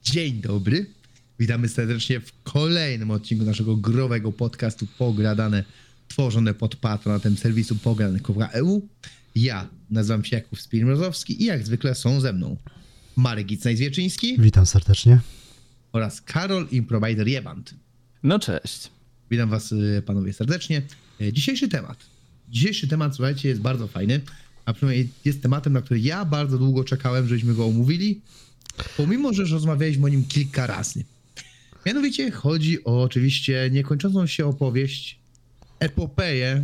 Dzień dobry, witamy serdecznie w kolejnym odcinku naszego growego podcastu Pogradane, tworzone pod patronatem serwisu pogradane.eu. Ja nazywam się Jakub Spirmrozowski i jak zwykle są ze mną Marek Gicnaj-Zwierczyński. Witam serdecznie. Oraz Karol Improvider Jeband. No cześć. Witam was panowie serdecznie. Dzisiejszy temat, słuchajcie, jest bardzo fajny, a przynajmniej jest tematem, na który ja bardzo długo czekałem, żebyśmy go omówili, pomimo że rozmawialiśmy o nim kilka razy. Mianowicie chodzi o oczywiście niekończącą się opowieść, epopeję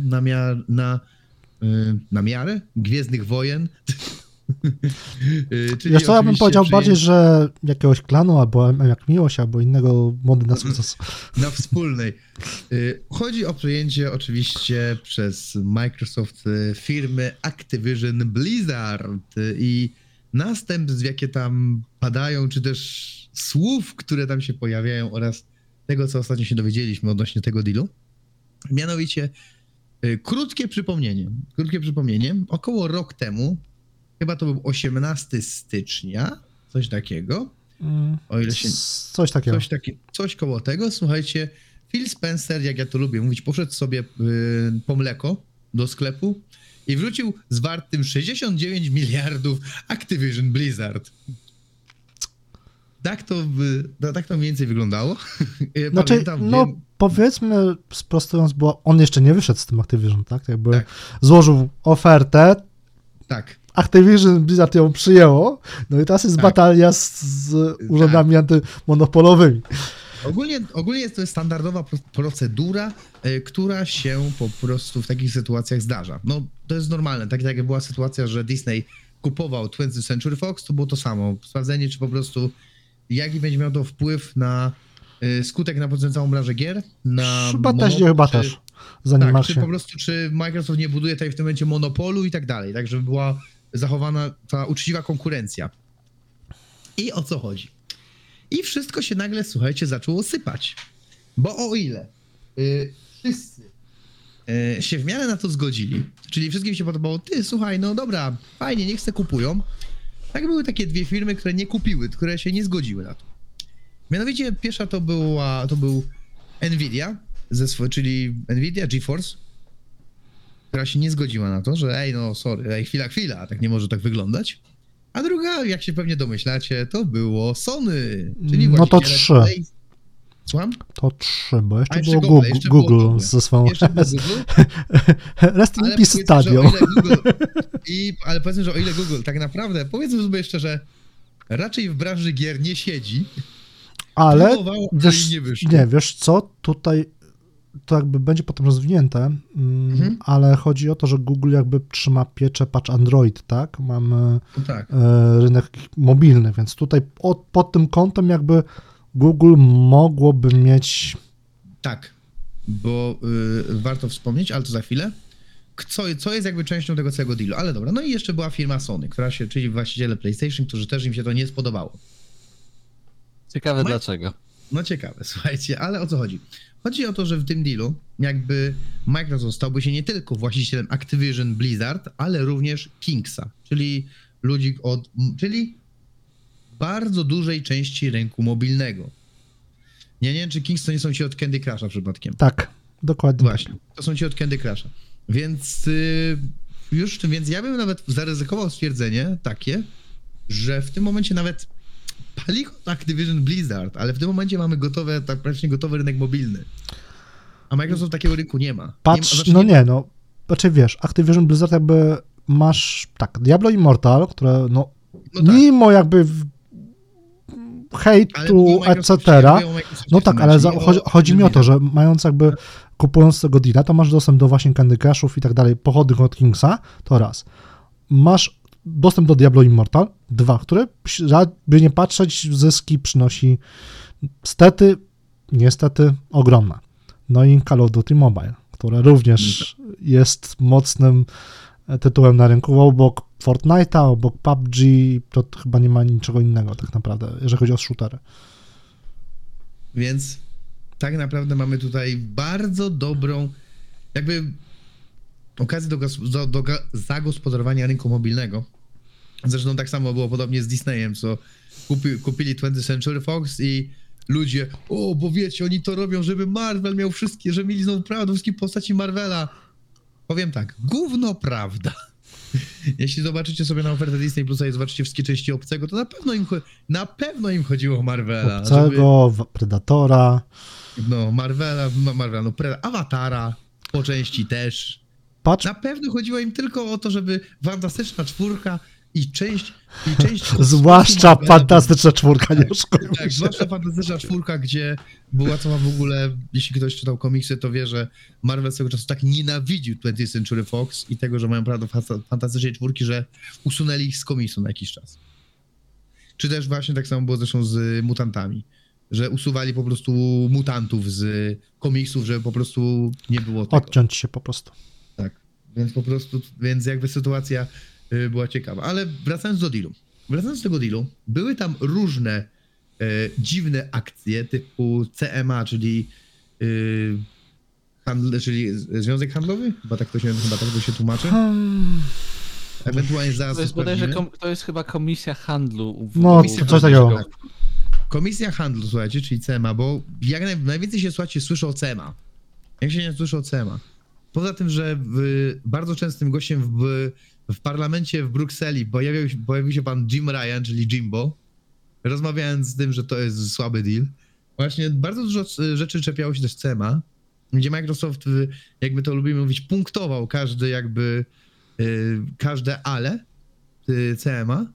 na miarę Gwiezdnych Wojen. Wiesz co, ja bym powiedział bardziej, że jakiegoś klanu, albo jak miłość, albo innego mody na sukces. Na wspólnej. Chodzi o przejęcie oczywiście przez Microsoft firmy Activision Blizzard i następstw, jakie tam padają, czy też słów, które tam się pojawiają oraz tego, co ostatnio się dowiedzieliśmy odnośnie tego dealu. Mianowicie krótkie przypomnienie, około rok temu, chyba to był 18 stycznia, coś takiego. O ile się... Coś takiego. Coś koło tego. Słuchajcie, Phil Spencer, jak ja to lubię mówić, poszedł sobie po mleko do sklepu i wrócił z wartym 69 miliardów Activision Blizzard. Tak to mniej więcej wyglądało. Znaczy, powiedzmy, sprostując, bo on jeszcze nie wyszedł z tym Activision, tak? Złożył ofertę. Tak. Activision Blizzard ją przyjęło, no i teraz jest batalia z urzędami antymonopolowymi. Ogólnie jest to standardowa procedura, która się po prostu w takich sytuacjach zdarza. No, to jest normalne. Tak jak była sytuacja, że Disney kupował 20th Century Fox, to było to samo. Sprawdzenie, czy po prostu jaki będzie miał to wpływ na skutek na potencjalną branżę gier, na chyba też. Czy po prostu, czy Microsoft nie buduje tutaj w tym momencie monopolu i tak dalej, tak żeby była zachowana ta uczciwa konkurencja. I o co chodzi? I wszystko się nagle, słuchajcie, zaczęło sypać. Bo o ile wszyscy się w miarę na to zgodzili, czyli wszystkim się podobało, słuchaj, no dobra, fajnie, niech se kupują, tak były takie dwie firmy, które nie kupiły, które się nie zgodziły na to. Mianowicie pierwsza to był Nvidia, czyli Nvidia GeForce, która się nie zgodziła na to, że chwila, tak nie może tak wyglądać. A druga, jak się pewnie domyślacie, to było Sony, czyli no to 3. Słucham? To 3, bo jeszcze było Google ze swoją... Rest in peace Stadio. Ale powiedzmy, że o ile Google tak naprawdę, powiedzmy sobie szczerze, raczej w branży gier nie siedzi, ale nie wiesz co, tutaj to jakby będzie potem rozwinięte, ale chodzi o to, że Google jakby trzyma pieczę patch Android, tak? Mamy rynek mobilny, więc tutaj pod tym kątem jakby Google mogłoby mieć... Tak, bo warto wspomnieć, ale to za chwilę, co jest jakby częścią tego całego dealu, ale dobra. No i jeszcze była firma Sony, czyli właściciele PlayStation, którzy też im się to nie spodobało. Ciekawe dlaczego. No ciekawe, słuchajcie, ale o co chodzi? Chodzi o to, że w tym dealu jakby Microsoft stałby się nie tylko właścicielem Activision Blizzard, ale również Kingsa, czyli czyli bardzo dużej części rynku mobilnego. Nie wiem, czy Kings to nie są ci od Candy Crusha przypadkiem. Tak, dokładnie. Właśnie, to są ci od Candy Crusha. Więc więc ja bym nawet zaryzykował stwierdzenie takie, że w tym momencie nawet pali Activision Blizzard, ale w tym momencie mamy praktycznie gotowy rynek mobilny. A Microsoft takiego rynku nie ma. Znaczy wiesz, Activision Blizzard jakby masz, Diablo Immortal, które mimo jakby hejtu, etc. No tak, ale chodzi mi o to, że kupując tego deala, to masz dostęp do właśnie Candy Crushów i tak dalej, pochodnych od Kingsa, to raz. Masz dostęp do Diablo Immortal, 2, które, by nie patrzeć, zyski przynosi niestety ogromne. No i Call of Duty Mobile, które również jest mocnym tytułem na rynku, obok Fortnite'a, obok PUBG, to chyba nie ma niczego innego tak naprawdę, jeżeli chodzi o shootery. Więc tak naprawdę mamy tutaj bardzo dobrą jakby okazję do zagospodarowania rynku mobilnego, Zresztą tak samo było podobnie z Disneyem, co kupili 20th Century Fox i ludzie, bo wiecie, oni to robią, żeby Marvel miał wszystkie, żeby mieli znowu prawo do wszystkich postaci Marvela. Powiem tak, gówno prawda. Jeśli zobaczycie sobie na ofertę Disney Plusa i zobaczycie wszystkie części Obcego, to na pewno im chodziło o Marvela. Obcego, Predatora. No, Marvela, Awatara po części też. Patrz. Na pewno chodziło im tylko o to, żeby Fantastyczna Czwórka i część zwłaszcza Fantastyczna Czwórka, nie oszukujmy Tak, się. zwłaszcza Fantastyczna Czwórka, gdzie była cała w ogóle, jeśli ktoś czytał komiksy, to wie, że Marvel z tego czasu tak nienawidził 20th Century Fox i tego, że mają prawo do Fantastycznej Czwórki, że usunęli ich z komiksu na jakiś czas. Czy też właśnie tak samo było zresztą z mutantami, że usuwali po prostu mutantów z komiksów, żeby po prostu nie było tego. Odciąć się po prostu. Tak, więc jakby sytuacja była ciekawa. Ale wracając do tego dealu, były tam różne dziwne akcje typu CMA, czyli Związek Handlowy? Chyba tak to się tłumaczy. Ewentualnie zaraz To jest chyba Komisja Handlu. No, coś takiego. Komisja Handlu, słuchajcie, czyli CMA, bo jak najwięcej się, słuchajcie, słyszy o CMA. Jak się nie słyszy o CMA? Poza tym, że bardzo częstym gościem w parlamencie w Brukseli pojawił się pan Jim Ryan, czyli Jimbo, rozmawiając z tym, że to jest słaby deal. Właśnie bardzo dużo rzeczy czepiało się też CMA, gdzie Microsoft, jak my to lubimy mówić, punktował każde ale CMA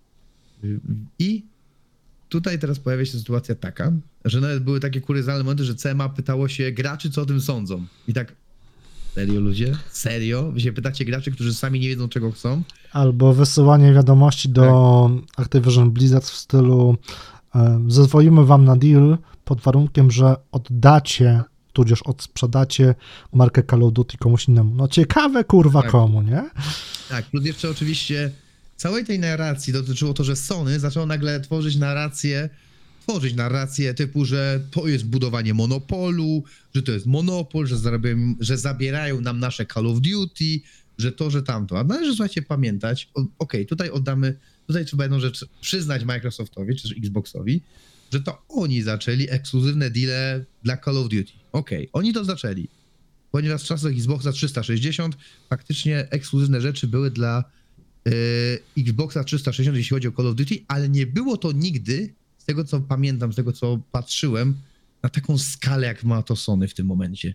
i tutaj teraz pojawia się sytuacja taka, że nawet były takie kuriozalne momenty, że CMA pytało się graczy, co o tym sądzą. I tak, serio ludzie? Serio? Wy się pytacie graczy, którzy sami nie wiedzą, czego chcą? Albo wysyłanie wiadomości do Activision Blizzard w stylu zezwolimy wam na deal pod warunkiem, że oddacie, tudzież odsprzedacie markę Call of Duty komuś innemu. No ciekawe kurwa komu, nie? Tak, plus jeszcze oczywiście całej tej narracji dotyczyło to, że Sony zaczęło nagle tworzyć narrację typu, że to jest budowanie monopolu, że to jest monopol, że zabierają nam nasze Call of Duty, że to, że tamto. A należy, słuchajcie, pamiętać, tutaj trzeba jedną rzecz przyznać Microsoftowi, czy też Xboxowi, że to oni zaczęli ekskluzywne deale dla Call of Duty. Oni to zaczęli, ponieważ w czasach Xboxa 360 faktycznie ekskluzywne rzeczy były dla Xboxa 360, jeśli chodzi o Call of Duty, ale nie było to nigdy, z tego co pamiętam, z tego co patrzyłem, na taką skalę, jak ma to Sony w tym momencie.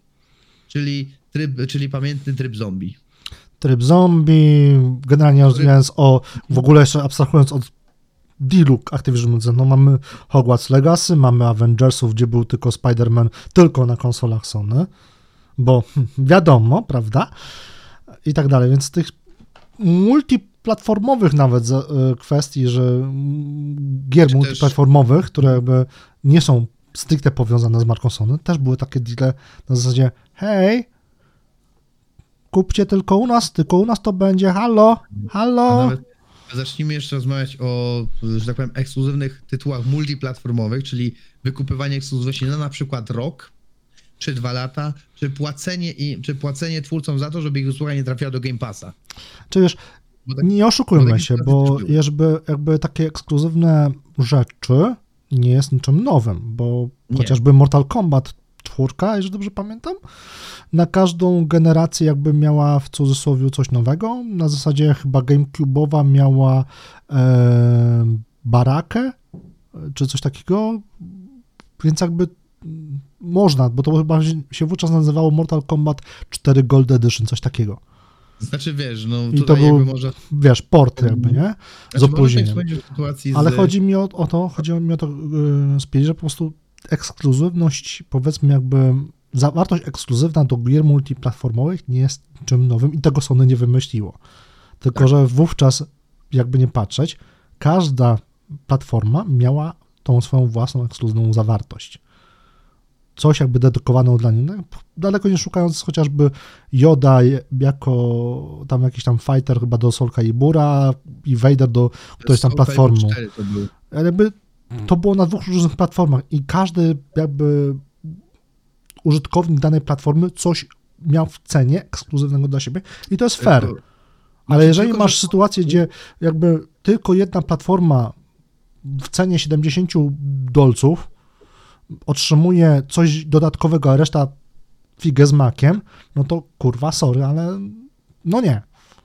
Czyli pamiętny tryb zombie. Tryb zombie, generalnie rozmawiając w ogóle jeszcze abstrahując od dealu Activision Blizzard, no mamy Hogwarts Legacy, mamy Avengersów, gdzie był tylko Spider-Man, tylko na konsolach Sony, bo wiadomo, prawda? I tak dalej, więc tych multiplatformowych nawet kwestii, że gier multiplatformowych, które jakby nie są stricte powiązane z marką Sony, też były takie deale na zasadzie hej, kupcie tylko u nas to będzie, halo. A nawet zacznijmy jeszcze rozmawiać o, że tak powiem, ekskluzywnych tytułach multiplatformowych, czyli wykupywanie ekskluzywności na przykład rok, czy 2 lata, czy płacenie twórcom za to, żeby ich usługa nie trafiała do Game Passa. Czy wiesz, nie oszukujmy się, bo jakby takie ekskluzywne rzeczy nie jest niczym nowym, bo chociażby Mortal Kombat 4, jeżeli dobrze pamiętam, na każdą generację jakby miała w cudzysłowie coś nowego, na zasadzie chyba GameCube'owa miała Barakę, czy coś takiego, więc jakby można, bo to chyba się wówczas nazywało Mortal Kombat 4 Gold Edition, coś takiego. Znaczy wiesz, no i tutaj to był, jakby może... wiesz, port jakby, nie? Z opóźnieniem. Ale chodzi mi o to że po prostu ekskluzywność, powiedzmy jakby zawartość ekskluzywna do gier multiplatformowych nie jest czym nowym i tego Sony nie wymyśliło. Tylko, że wówczas, jakby nie patrzeć, każda platforma miała tą swoją własną ekskluzywną zawartość. Coś jakby dedykowaną dla niej. No, daleko nie szukając chociażby Yoda jako tam jakiś tam fighter chyba do Soul Calibura i Vader do którejś tam platformy. Ale jakby to było na 2 różnych platformach i każdy jakby użytkownik danej platformy coś miał w cenie ekskluzywnego dla siebie i to jest fair. Ale jeżeli masz sytuację, gdzie jakby tylko jedna platforma w cenie $70 otrzymuje coś dodatkowego, a reszta figę z makiem, no to kurwa, sorry, ale no nie.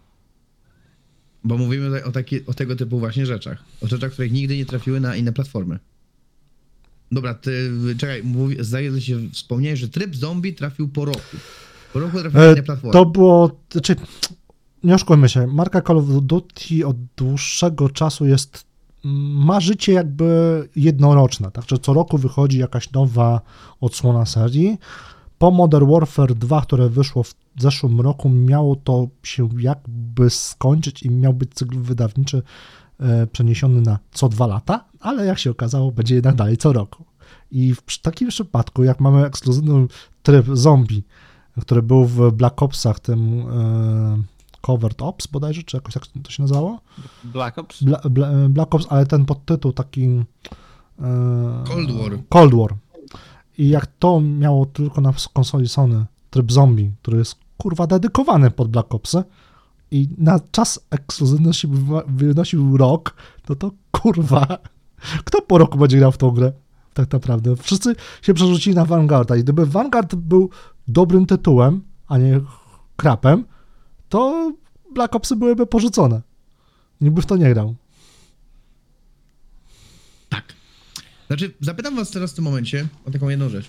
Bo mówimy o tego typu właśnie rzeczach. O rzeczach, których nigdy nie trafiły na inne platformy. Dobra, czekaj, zdaje się, wspomniałeś, że tryb zombie trafił po roku. Po roku trafił na inne platformy. To było, znaczy, nie oszukujmy się, marka Call of Duty od dłuższego czasu ma życie jakby jednoroczne, także co roku wychodzi jakaś nowa odsłona serii. Po Modern Warfare 2, które wyszło w zeszłym roku, miało to się jakby skończyć i miał być cykl wydawniczy przeniesiony na co 2 lata, ale jak się okazało, będzie jednak dalej co roku. I w takim przypadku, jak mamy ekskluzywny tryb zombie, który był w Black Opsach, tym Covert Ops bodajże, czy jakoś tak to się nazywało? Black Ops? Black Ops, ale ten podtytuł taki... Cold War. I jak to miało tylko na konsoli Sony tryb zombie, który jest kurwa dedykowany pod Black Opsy i na czas ekskluzywności wynosił rok, to kurwa, kto po roku będzie grał w tą grę? Tak naprawdę. Wszyscy się przerzucili na Vanguarda i gdyby Vanguard był dobrym tytułem, a nie krapem, to Black Opsy byłyby porzucone. Nikt by w to nie grał. Tak. Znaczy, zapytam was teraz w tym momencie o taką jedną rzecz.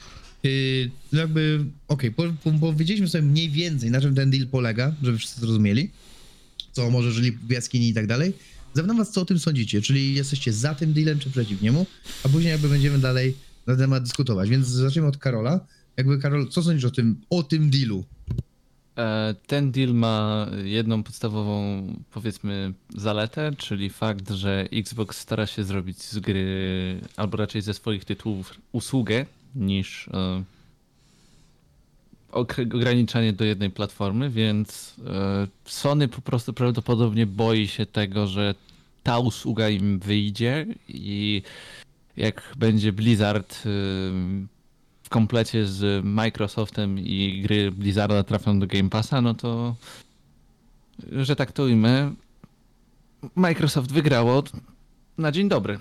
Powiedzieliśmy sobie mniej więcej, na czym ten deal polega, żeby wszyscy zrozumieli, co może żyli w jaskini i tak dalej. Zapytam was, co o tym sądzicie, czyli jesteście za tym dealem, czy przeciw niemu, a później jakby będziemy dalej na temat dyskutować. Więc zacznijmy od Karola. Karol, co sądzisz o tym dealu? Ten deal ma jedną podstawową, powiedzmy, zaletę, czyli fakt, że Xbox stara się zrobić z gry, albo raczej ze swoich tytułów, usługę, niż ograniczanie do jednej platformy, więc Sony po prostu prawdopodobnie boi się tego, że ta usługa im wyjdzie i jak będzie Blizzard w komplecie z Microsoftem i gry Blizzarda trafią do Game Passa, no to, że tak to ujmę, Microsoft wygrało na dzień dobry.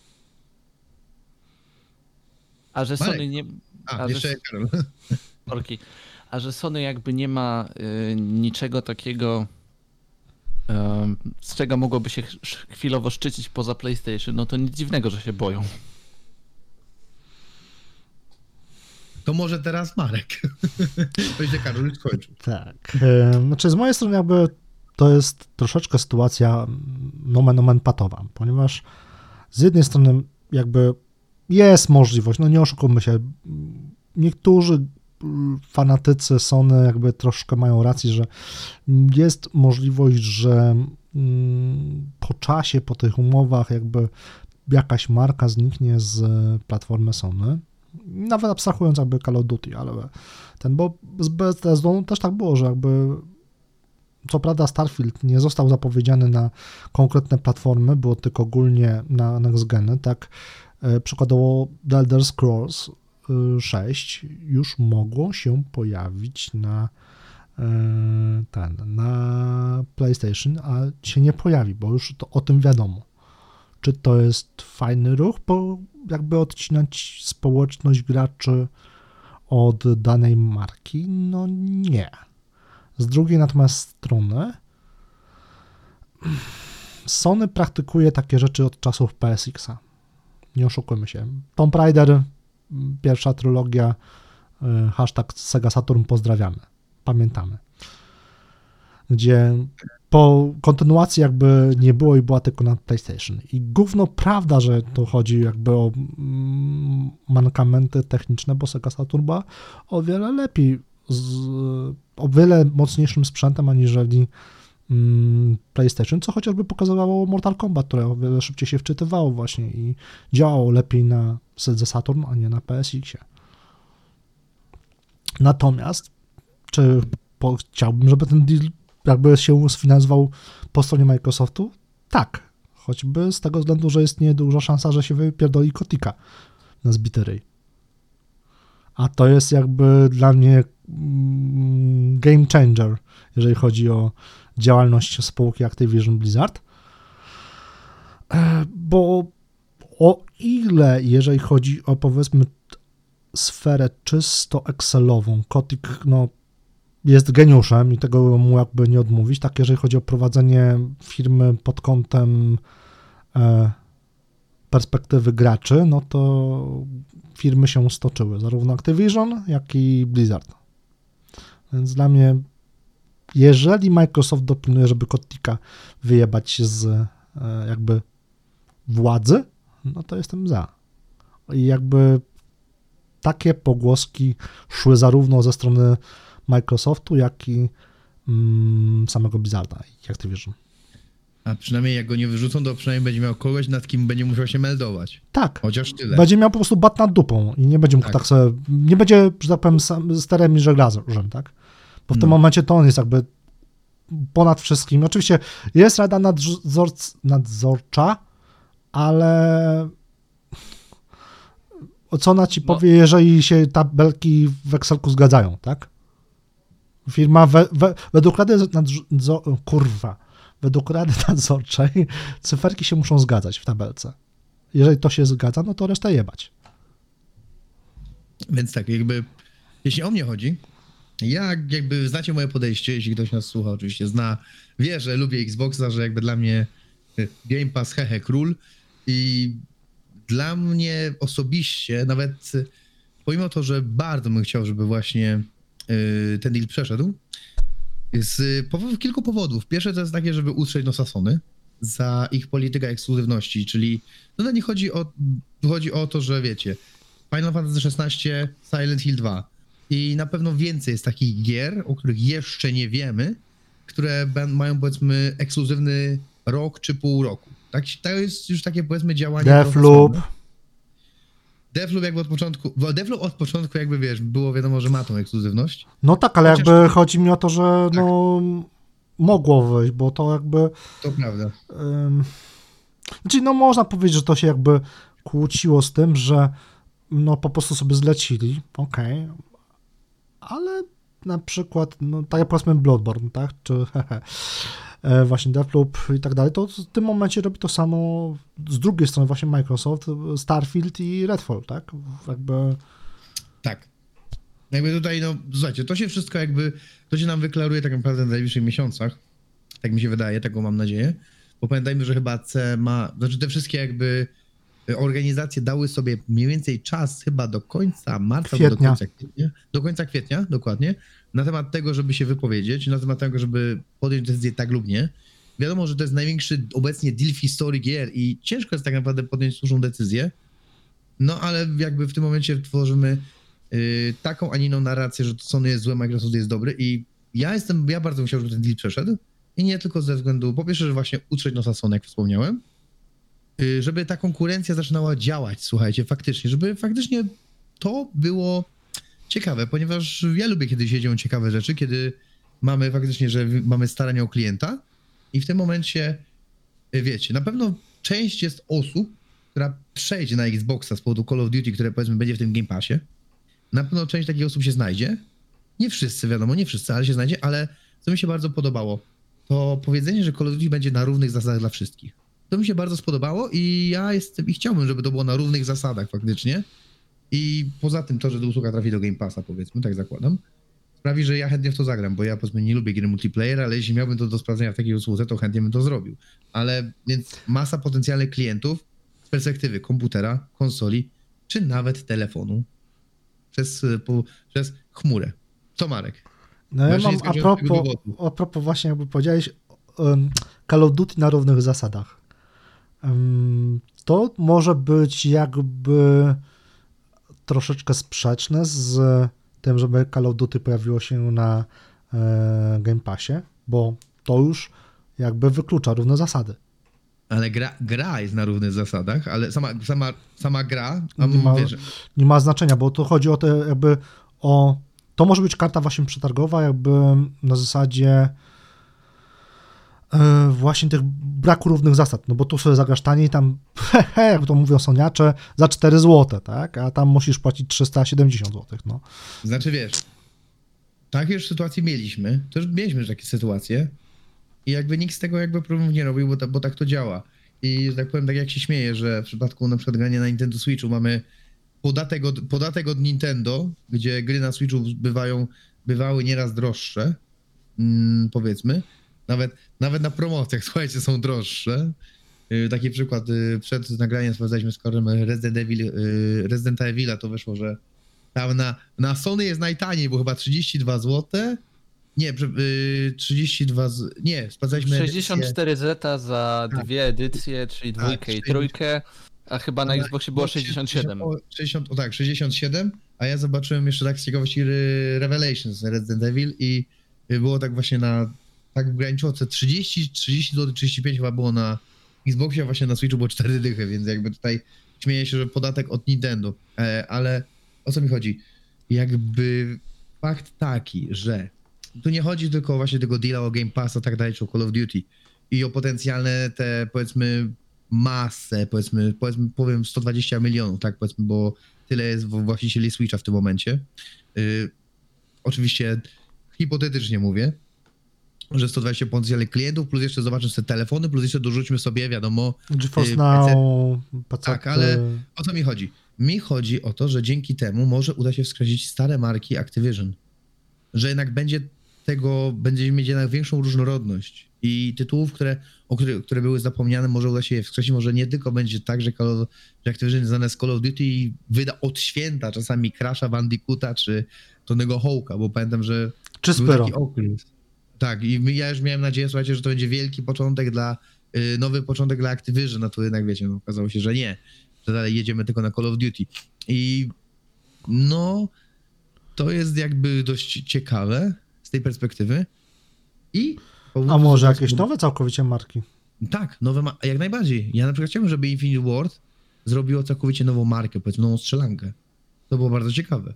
A że Sony nie... Karol. A że Sony jakby nie ma niczego takiego, z czego mogłoby się chwilowo szczycić poza PlayStation, no to nic dziwnego, że się boją. To może teraz Marek. Będzie Karol już skończył. Tak. Znaczy z mojej strony jakby to jest troszeczkę sytuacja nomen omen patowa, ponieważ z jednej strony jakby jest możliwość, no nie oszukujmy się, niektórzy fanatycy Sony jakby troszkę mają rację, że jest możliwość, że po czasie, po tych umowach jakby jakaś marka zniknie z platformy Sony, nawet abstrahując jakby Call of Duty, ale bo z Bethesdą też tak było, że jakby co prawda Starfield nie został zapowiedziany na konkretne platformy, było tylko ogólnie na next geny, tak przykładowo The Elder Scrolls 6 już mogło się pojawić na PlayStation, a się nie pojawi, bo już to o tym wiadomo. Czy to jest fajny ruch, bo jakby odcinać społeczność graczy od danej marki? No nie. Z drugiej natomiast strony Sony praktykuje takie rzeczy od czasów PSX-a. Nie oszukujmy się. Tomb Raider, pierwsza trylogia, hashtag Sega Saturn pozdrawiamy. Pamiętamy. Gdzie po kontynuacji jakby nie było i była tylko na PlayStation. I gówno prawda, że to chodzi jakby o mankamenty techniczne, bo Sega Saturn była o wiele lepiej, o wiele mocniejszym sprzętem aniżeli PlayStation, co chociażby pokazywało Mortal Kombat, które o wiele szybciej się wczytywało właśnie i działało lepiej na Sedze Saturn, a nie na PSX-ie. Natomiast, chciałbym, żeby ten deal jakby się sfinansował po stronie Microsoftu? Tak. Choćby z tego względu, że jest nieduża szansa, że się wypierdoli Kotika na zbity ryj. A to jest jakby dla mnie game changer, jeżeli chodzi o działalność spółki Activision Blizzard, bo o ile, jeżeli chodzi o, powiedzmy, sferę czysto Excelową, Kotick, no, jest geniuszem i tego mu jakby nie odmówić, tak jeżeli chodzi o prowadzenie firmy pod kątem perspektywy graczy, no to firmy się stoczyły, zarówno Activision, jak i Blizzard. Więc dla mnie, jeżeli Microsoft dopilnuje, żeby Koticka wyjebać z jakby władzy, no to jestem za. I jakby takie pogłoski szły zarówno ze strony Microsoftu, jak i samego Blizzarda i Activision. A przynajmniej jak go nie wyrzucą, to przynajmniej będzie miał kogoś, nad kim będzie musiał się meldować. Tak. Chociaż tyle. Będzie miał po prostu bat nad dupą i nie będzie mógł tak sobie, nie będzie, że tak powiem, sterem i żeglarzem, tak? Bo w tym momencie to on jest jakby ponad wszystkim. Oczywiście jest rada nadzorcza, ale co ona ci powie, jeżeli się tabelki w Excelku zgadzają, tak? Firma według rady według rady nadzorczej cyferki się muszą zgadzać w tabelce. Jeżeli to się zgadza, no to resztę jebać. Więc tak, jakby, jeśli o mnie chodzi, ja jakby znacie moje podejście, jeśli ktoś nas słucha, oczywiście zna, wie, że lubię Xboxa, że jakby dla mnie Game Pass hehe król i dla mnie osobiście, nawet pomimo to, że bardzo bym chciał, żeby właśnie ten deal przeszedł, z kilku powodów. Pierwsze to jest takie, żeby utrzeć nosa Sony za ich politykę ekskluzywności, czyli no nie chodzi o to, że wiecie, Final Fantasy XVI, Silent Hill 2 i na pewno więcej jest takich gier, o których jeszcze nie wiemy, które mają, powiedzmy, ekskluzywny rok czy pół roku. Tak, to jest już takie, powiedzmy, działanie. Deathloop jakby od początku jakby, wiesz, było wiadomo, że ma tą ekskluzywność. No tak, ale Chociaż jakby chodzi mi o to, że tak. no mogło wyjść, bo to jakby... To prawda. Znaczy, no można powiedzieć, że to się jakby kłóciło z tym, że no po prostu sobie zlecili, okej, ale na przykład, no tak jak powiedzmy Bloodborne, tak, czy właśnie Deathloop i tak dalej, to w tym momencie robi to samo z drugiej strony właśnie Microsoft, Starfield i Redfall, tak, jakby... Tak. Jakby tutaj, no słuchajcie, to się wszystko jakby, to się nam wyklaruje tak naprawdę w najbliższych miesiącach, tak mi się wydaje, taką mam nadzieję, bo pamiętajmy, że chyba znaczy te wszystkie jakby organizacje dały sobie mniej więcej czas chyba do końca marca, do końca kwietnia, dokładnie, na temat tego, żeby się wypowiedzieć, na temat tego, żeby podjąć decyzję tak lub nie. Wiadomo, że to jest największy obecnie deal w historii gier i ciężko jest tak naprawdę podjąć słuszną decyzję, no ale jakby w tym momencie tworzymy taką, a nie inną narrację, że to Sony jest złe, Microsoft jest dobry i ja bardzo bym chciał, żeby ten deal przeszedł i nie tylko ze względu, po pierwsze, że właśnie utrzeć nosa Sony, jak wspomniałem, żeby ta konkurencja zaczynała działać, słuchajcie, faktycznie, żeby faktycznie to było ciekawe, ponieważ ja lubię, kiedy się dzieją ciekawe rzeczy, kiedy mamy faktycznie, że mamy staranie o klienta i w tym momencie, wiecie, na pewno część jest osób, która przejdzie na Xboxa z powodu Call of Duty, które powiedzmy będzie w tym Game Passie. Na pewno część takich osób się znajdzie. Nie wszyscy, wiadomo, nie wszyscy, ale się znajdzie, ale co mi się bardzo podobało, to powiedzenie, że Call of Duty będzie na równych zasadach dla wszystkich. To mi się bardzo spodobało i chciałbym, żeby to było na równych zasadach faktycznie. I poza tym to, że ta usługa trafi do Game Passa, powiedzmy, tak zakładam, sprawi, że ja chętnie w to zagram, bo ja powiedzmy nie lubię gier multiplayer, ale jeśli miałbym to do sprawdzenia w takiej usłudze, to chętnie bym to zrobił. Ale więc masa potencjalnych klientów z perspektywy komputera, konsoli, czy nawet telefonu przez chmurę. Co, Marek? No ja mam a propos właśnie, jakby powiedziałeś, Call of Duty na równych zasadach. To może być jakby troszeczkę sprzeczne z tym, żeby Call of Duty pojawiło się na Game Passie, bo to już jakby wyklucza równe zasady. Ale gra jest na równych zasadach, ale sama gra... Nie ma znaczenia, bo tu chodzi o te jakby to może być karta właśnie przetargowa, jakby na zasadzie właśnie tych braku równych zasad, no bo tu sobie zagrasz taniej, tam jak to mówią soniacze, za 4 zł, tak, a tam musisz płacić 370 zł, no. Znaczy wiesz, takie już sytuacje mieliśmy, też mieliśmy takie sytuacje, I jakby nikt z tego jakby problemów nie robił, bo tak to działa. I że tak powiem, tak jak się śmieję, że w przypadku na przykład grania na Nintendo Switchu mamy podatek od Nintendo, gdzie gry na Switchu bywały nieraz droższe, powiedzmy. Nawet na promocjach, słuchajcie, są droższe. Taki przykład, przed nagraniem sprawdzaliśmy z Korem Residenta Evila, to wyszło, że tam na Sony jest najtaniej, bo chyba 32 zł. Nie, 32 nie, sprawdzaliśmy 64 zeta za dwie edycje, czyli dwójkę i trójkę, a chyba na Xboxie było 67. 67, a ja zobaczyłem jeszcze tak z ciekawości Revelations Resident Evil i było tak właśnie tak w graniczoce 30 zł, 35 chyba było na Xboxie, a właśnie na Switchu było 4 dychy, więc jakby tutaj śmieję się, że podatek od Nintendo, ale o co mi chodzi? Jakby fakt taki, że tu nie chodzi tylko właśnie tego deala o Game Pass, a tak dalej, czy o Call of Duty i o potencjalne te, powiedzmy, masę, powiem 120 milionów, tak, powiedzmy, bo tyle jest właścicieli Switcha w tym momencie. Oczywiście hipotetycznie mówię, że 120 potencjalnych klientów, plus jeszcze zobaczmy sobie telefony, plus jeszcze dorzućmy sobie, wiadomo, GeForce Now, PC. Tak, ale o co mi chodzi? Mi chodzi o to, że dzięki temu może uda się wskrzesić stare marki Activision. Że jednak będziemy mieć jednak większą różnorodność i tytułów, które były zapomniane, może uda się je wskrzesić. Może nie tylko będzie tak, że Activision znane z Call of Duty i wyda od święta czasami Crasha, Bandicoota czy Tonego Hawk'a, bo pamiętam, że Czy był Spyro. taki okres. Tak, i ja już miałem nadzieję, słuchajcie, że to będzie wielki początek nowy początek dla Activision, a tu jednak wiecie, no okazało się, że nie, że dalej jedziemy tylko na Call of Duty. I no, to jest jakby dość ciekawe z tej perspektywy. A może jakieś nowe całkowicie marki? Tak, jak najbardziej. Ja na przykład chciałbym, żeby Infinity Ward zrobiło całkowicie nową markę, powiedzmy nową strzelankę. To było bardzo ciekawe.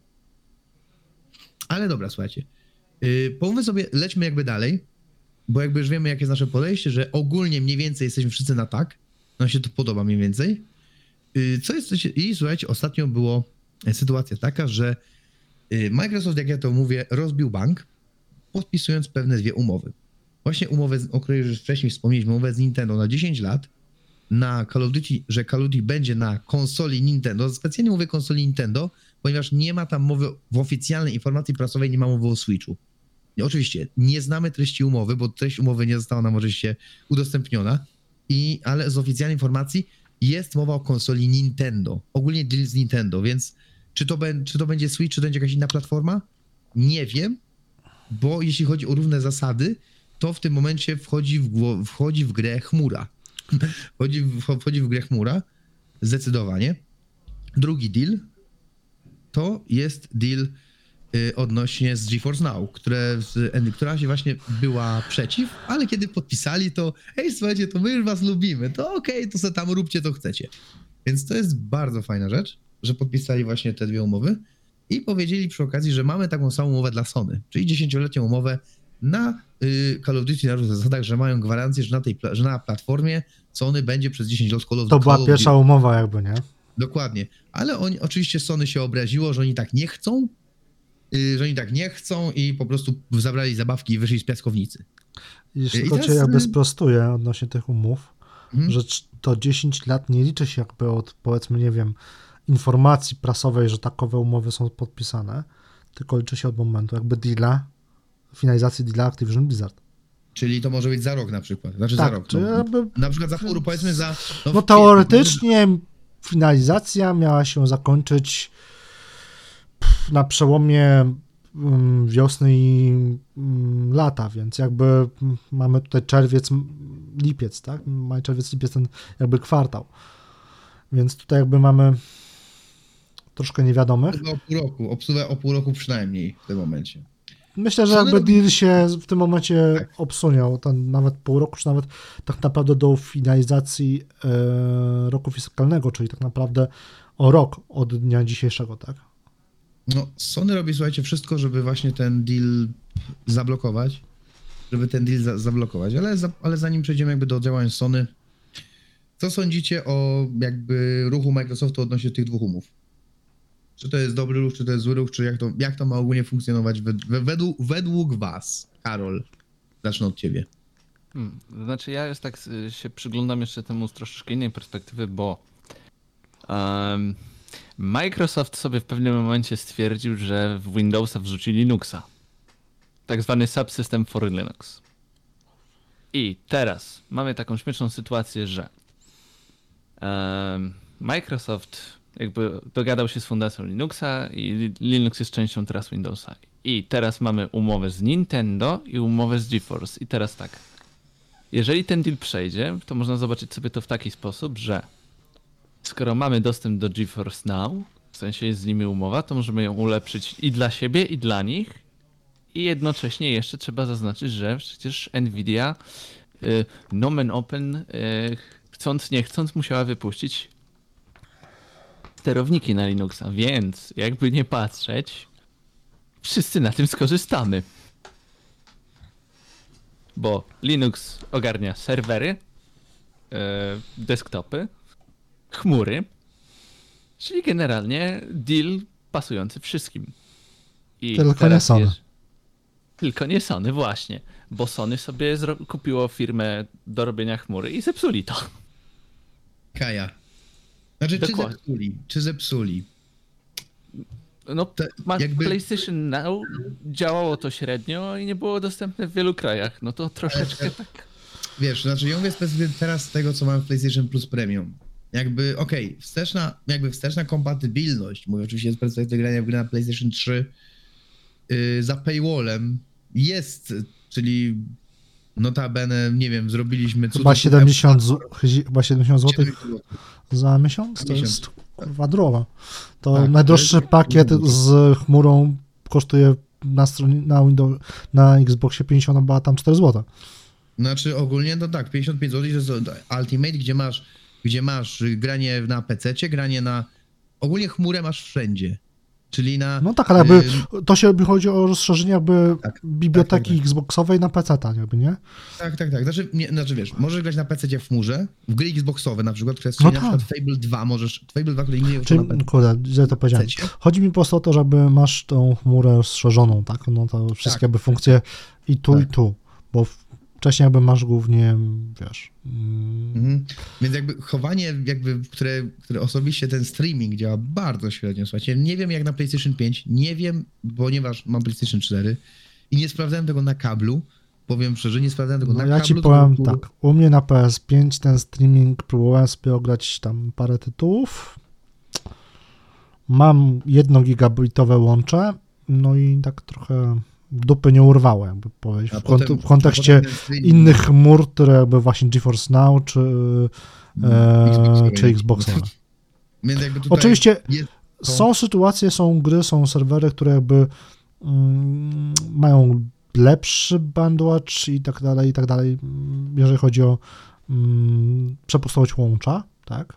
Ale dobra, słuchajcie. Powiedzmy sobie, lećmy jakby dalej, bo jakby już wiemy, jakie jest nasze podejście, że ogólnie mniej więcej jesteśmy wszyscy na tak. Nam się to podoba mniej więcej. I słuchajcie, ostatnio była sytuacja taka, że Microsoft, jak ja to mówię, rozbił bank, podpisując pewne dwie umowy. Właśnie umowę, o której już wcześniej wspomnieliśmy, umowę z Nintendo na 10 lat, na Call of Duty, że Call of Duty będzie na konsoli Nintendo. Specjalnie mówię konsoli Nintendo, ponieważ nie ma tam mowy w oficjalnej informacji prasowej, nie ma mowy o Switchu. I oczywiście nie znamy treści umowy, bo treść umowy nie została nam oczywiście udostępniona, ale z oficjalnej informacji jest mowa o konsoli Nintendo. Ogólnie deal z Nintendo, więc czy to będzie Switch, czy to będzie jakaś inna platforma? Nie wiem, bo jeśli chodzi o równe zasady, to w tym momencie wchodzi w grę chmura. Wchodzi w grę chmura, zdecydowanie. Drugi deal to jest deal odnośnie z GeForce Now, która się właśnie była przeciw, ale kiedy podpisali to, hej, słuchajcie, to my już was lubimy, to okej, to sobie tam róbcie, co chcecie. Więc to jest bardzo fajna rzecz, że podpisali właśnie te dwie umowy i powiedzieli przy okazji, że mamy taką samą umowę dla Sony, czyli 10-letnią umowę na Call of Duty na różnych zasadach, że mają gwarancję, że na platformie Sony będzie przez 10 lat Call of Duty. To była pierwsza umowa jakby, nie? Dokładnie, ale oczywiście Sony się obraziło, że oni tak nie chcą, i po prostu zabrali zabawki i wyszli z piaskownicy. Jeśli to cię jakby sprostuję odnośnie tych umów, że to 10 lat nie liczy się jakby od, powiedzmy, nie wiem, informacji prasowej, że takowe umowy są podpisane, tylko liczy się od momentu jakby finalizacji deala Activision Blizzard. Czyli to może być za rok na przykład. Znaczy tak, za rok. Na przykład za pół, powiedzmy za... No teoretycznie finalizacja miała się zakończyć na przełomie wiosny i lata, więc jakby mamy tutaj czerwiec, lipiec, tak? Maj, czerwiec, lipiec, ten jakby kwartał. Więc tutaj jakby mamy troszkę niewiadomych. O pół roku przynajmniej w tym momencie. Myślę, że jakby deal się w tym momencie obsuniał, nawet pół roku, czy nawet tak naprawdę do finalizacji roku fiskalnego, czyli tak naprawdę o rok od dnia dzisiejszego, tak? No, Sony robi, słuchajcie, wszystko, żeby właśnie ten deal zablokować, ale zanim przejdziemy jakby do działań Sony, co sądzicie o jakby ruchu Microsoftu odnośnie tych dwóch umów? Czy to jest dobry ruch, czy to jest zły ruch, czy jak to ma ogólnie funkcjonować według was? Karol, zacznę od ciebie. Znaczy ja już tak się przyglądam jeszcze temu z troszeczkę innej perspektywy, bo Microsoft sobie w pewnym momencie stwierdził, że w Windowsa wrzuci Linuxa. Tak zwany subsystem for Linux. I teraz mamy taką śmieszną sytuację, że Microsoft jakby dogadał się z fundacją Linuxa i Linux jest częścią teraz Windowsa. I teraz mamy umowę z Nintendo i umowę z GeForce. I teraz tak, jeżeli ten deal przejdzie, to można zobaczyć sobie to w taki sposób, że skoro mamy dostęp do GeForce Now, w sensie jest z nimi umowa, to możemy ją ulepszyć i dla siebie, i dla nich. I jednocześnie jeszcze trzeba zaznaczyć, że przecież Nvidia nomen open, chcąc nie chcąc, musiała wypuścić sterowniki na Linuxa, więc jakby nie patrzeć, wszyscy na tym skorzystamy. Bo Linux ogarnia serwery, desktopy, chmury, czyli generalnie deal pasujący wszystkim. I tylko nie Sony. Tylko nie Sony, właśnie. Bo Sony sobie kupiło firmę do robienia chmury i zepsuli to. Kaja. Znaczy, czy zepsuli? No, PlayStation Now działało to średnio i nie było dostępne w wielu krajach. No to troszeczkę tak. Wiesz, znaczy ja mówię teraz z tego, co mam w PlayStation Plus Premium. Jakby, wsteczna kompatybilność, mówię oczywiście z perspektywy grania w gry na PlayStation 3 za paywallem jest, czyli notabene, nie wiem, zrobiliśmy... Chyba 70 zł za miesiąc? To jest kurwa droga. To tak, najdroższy pakiet z chmurą kosztuje na stronie, na Xboxie 50, była tam 4 zł. Znaczy ogólnie to tak, 55 zł to jest Ultimate, gdzie masz granie na PC-cie, granie na... Ogólnie chmurę masz wszędzie. Czyli na... No tak, ale jakby to się chodzi o rozszerzenie jakby biblioteki Xboxowej na PC-ta, jakby, nie? Tak. Znaczy wiesz, możesz grać na PC-cie w chmurze, w gry Xboxowe na przykład, które na przykład Fable 2 Fable 2, który nigdy nie na PC. Kurde, źle to powiedziałem. Chodzi mi po prostu o to, żeby masz tą chmurę rozszerzoną, tak? No to wszystkie jakby funkcje i tu, bo wcześniej jakby masz głównie, wiesz... Więc jakby chowanie, które osobiście ten streaming działa bardzo średnio, słuchajcie, nie wiem jak na PlayStation 5, nie wiem, ponieważ mam PlayStation 4 i nie sprawdzałem tego na kablu, powiem szczerze, nie sprawdzałem tego na kablu. Ja ci powiem tak, u mnie na PS5 ten streaming próbowałem sobie ograć tam parę tytułów, mam 1 gigabitowe łącze, no i tak trochę... dupy nie urwało, jakby powiedzieć, w kontekście innych chmur, które jakby właśnie GeForce Now, czy Xboxowe. Oczywiście są sytuacje, są gry, są serwery, które jakby mają lepszy bandwidth i tak dalej, jeżeli chodzi o przepustowość łącza, tak?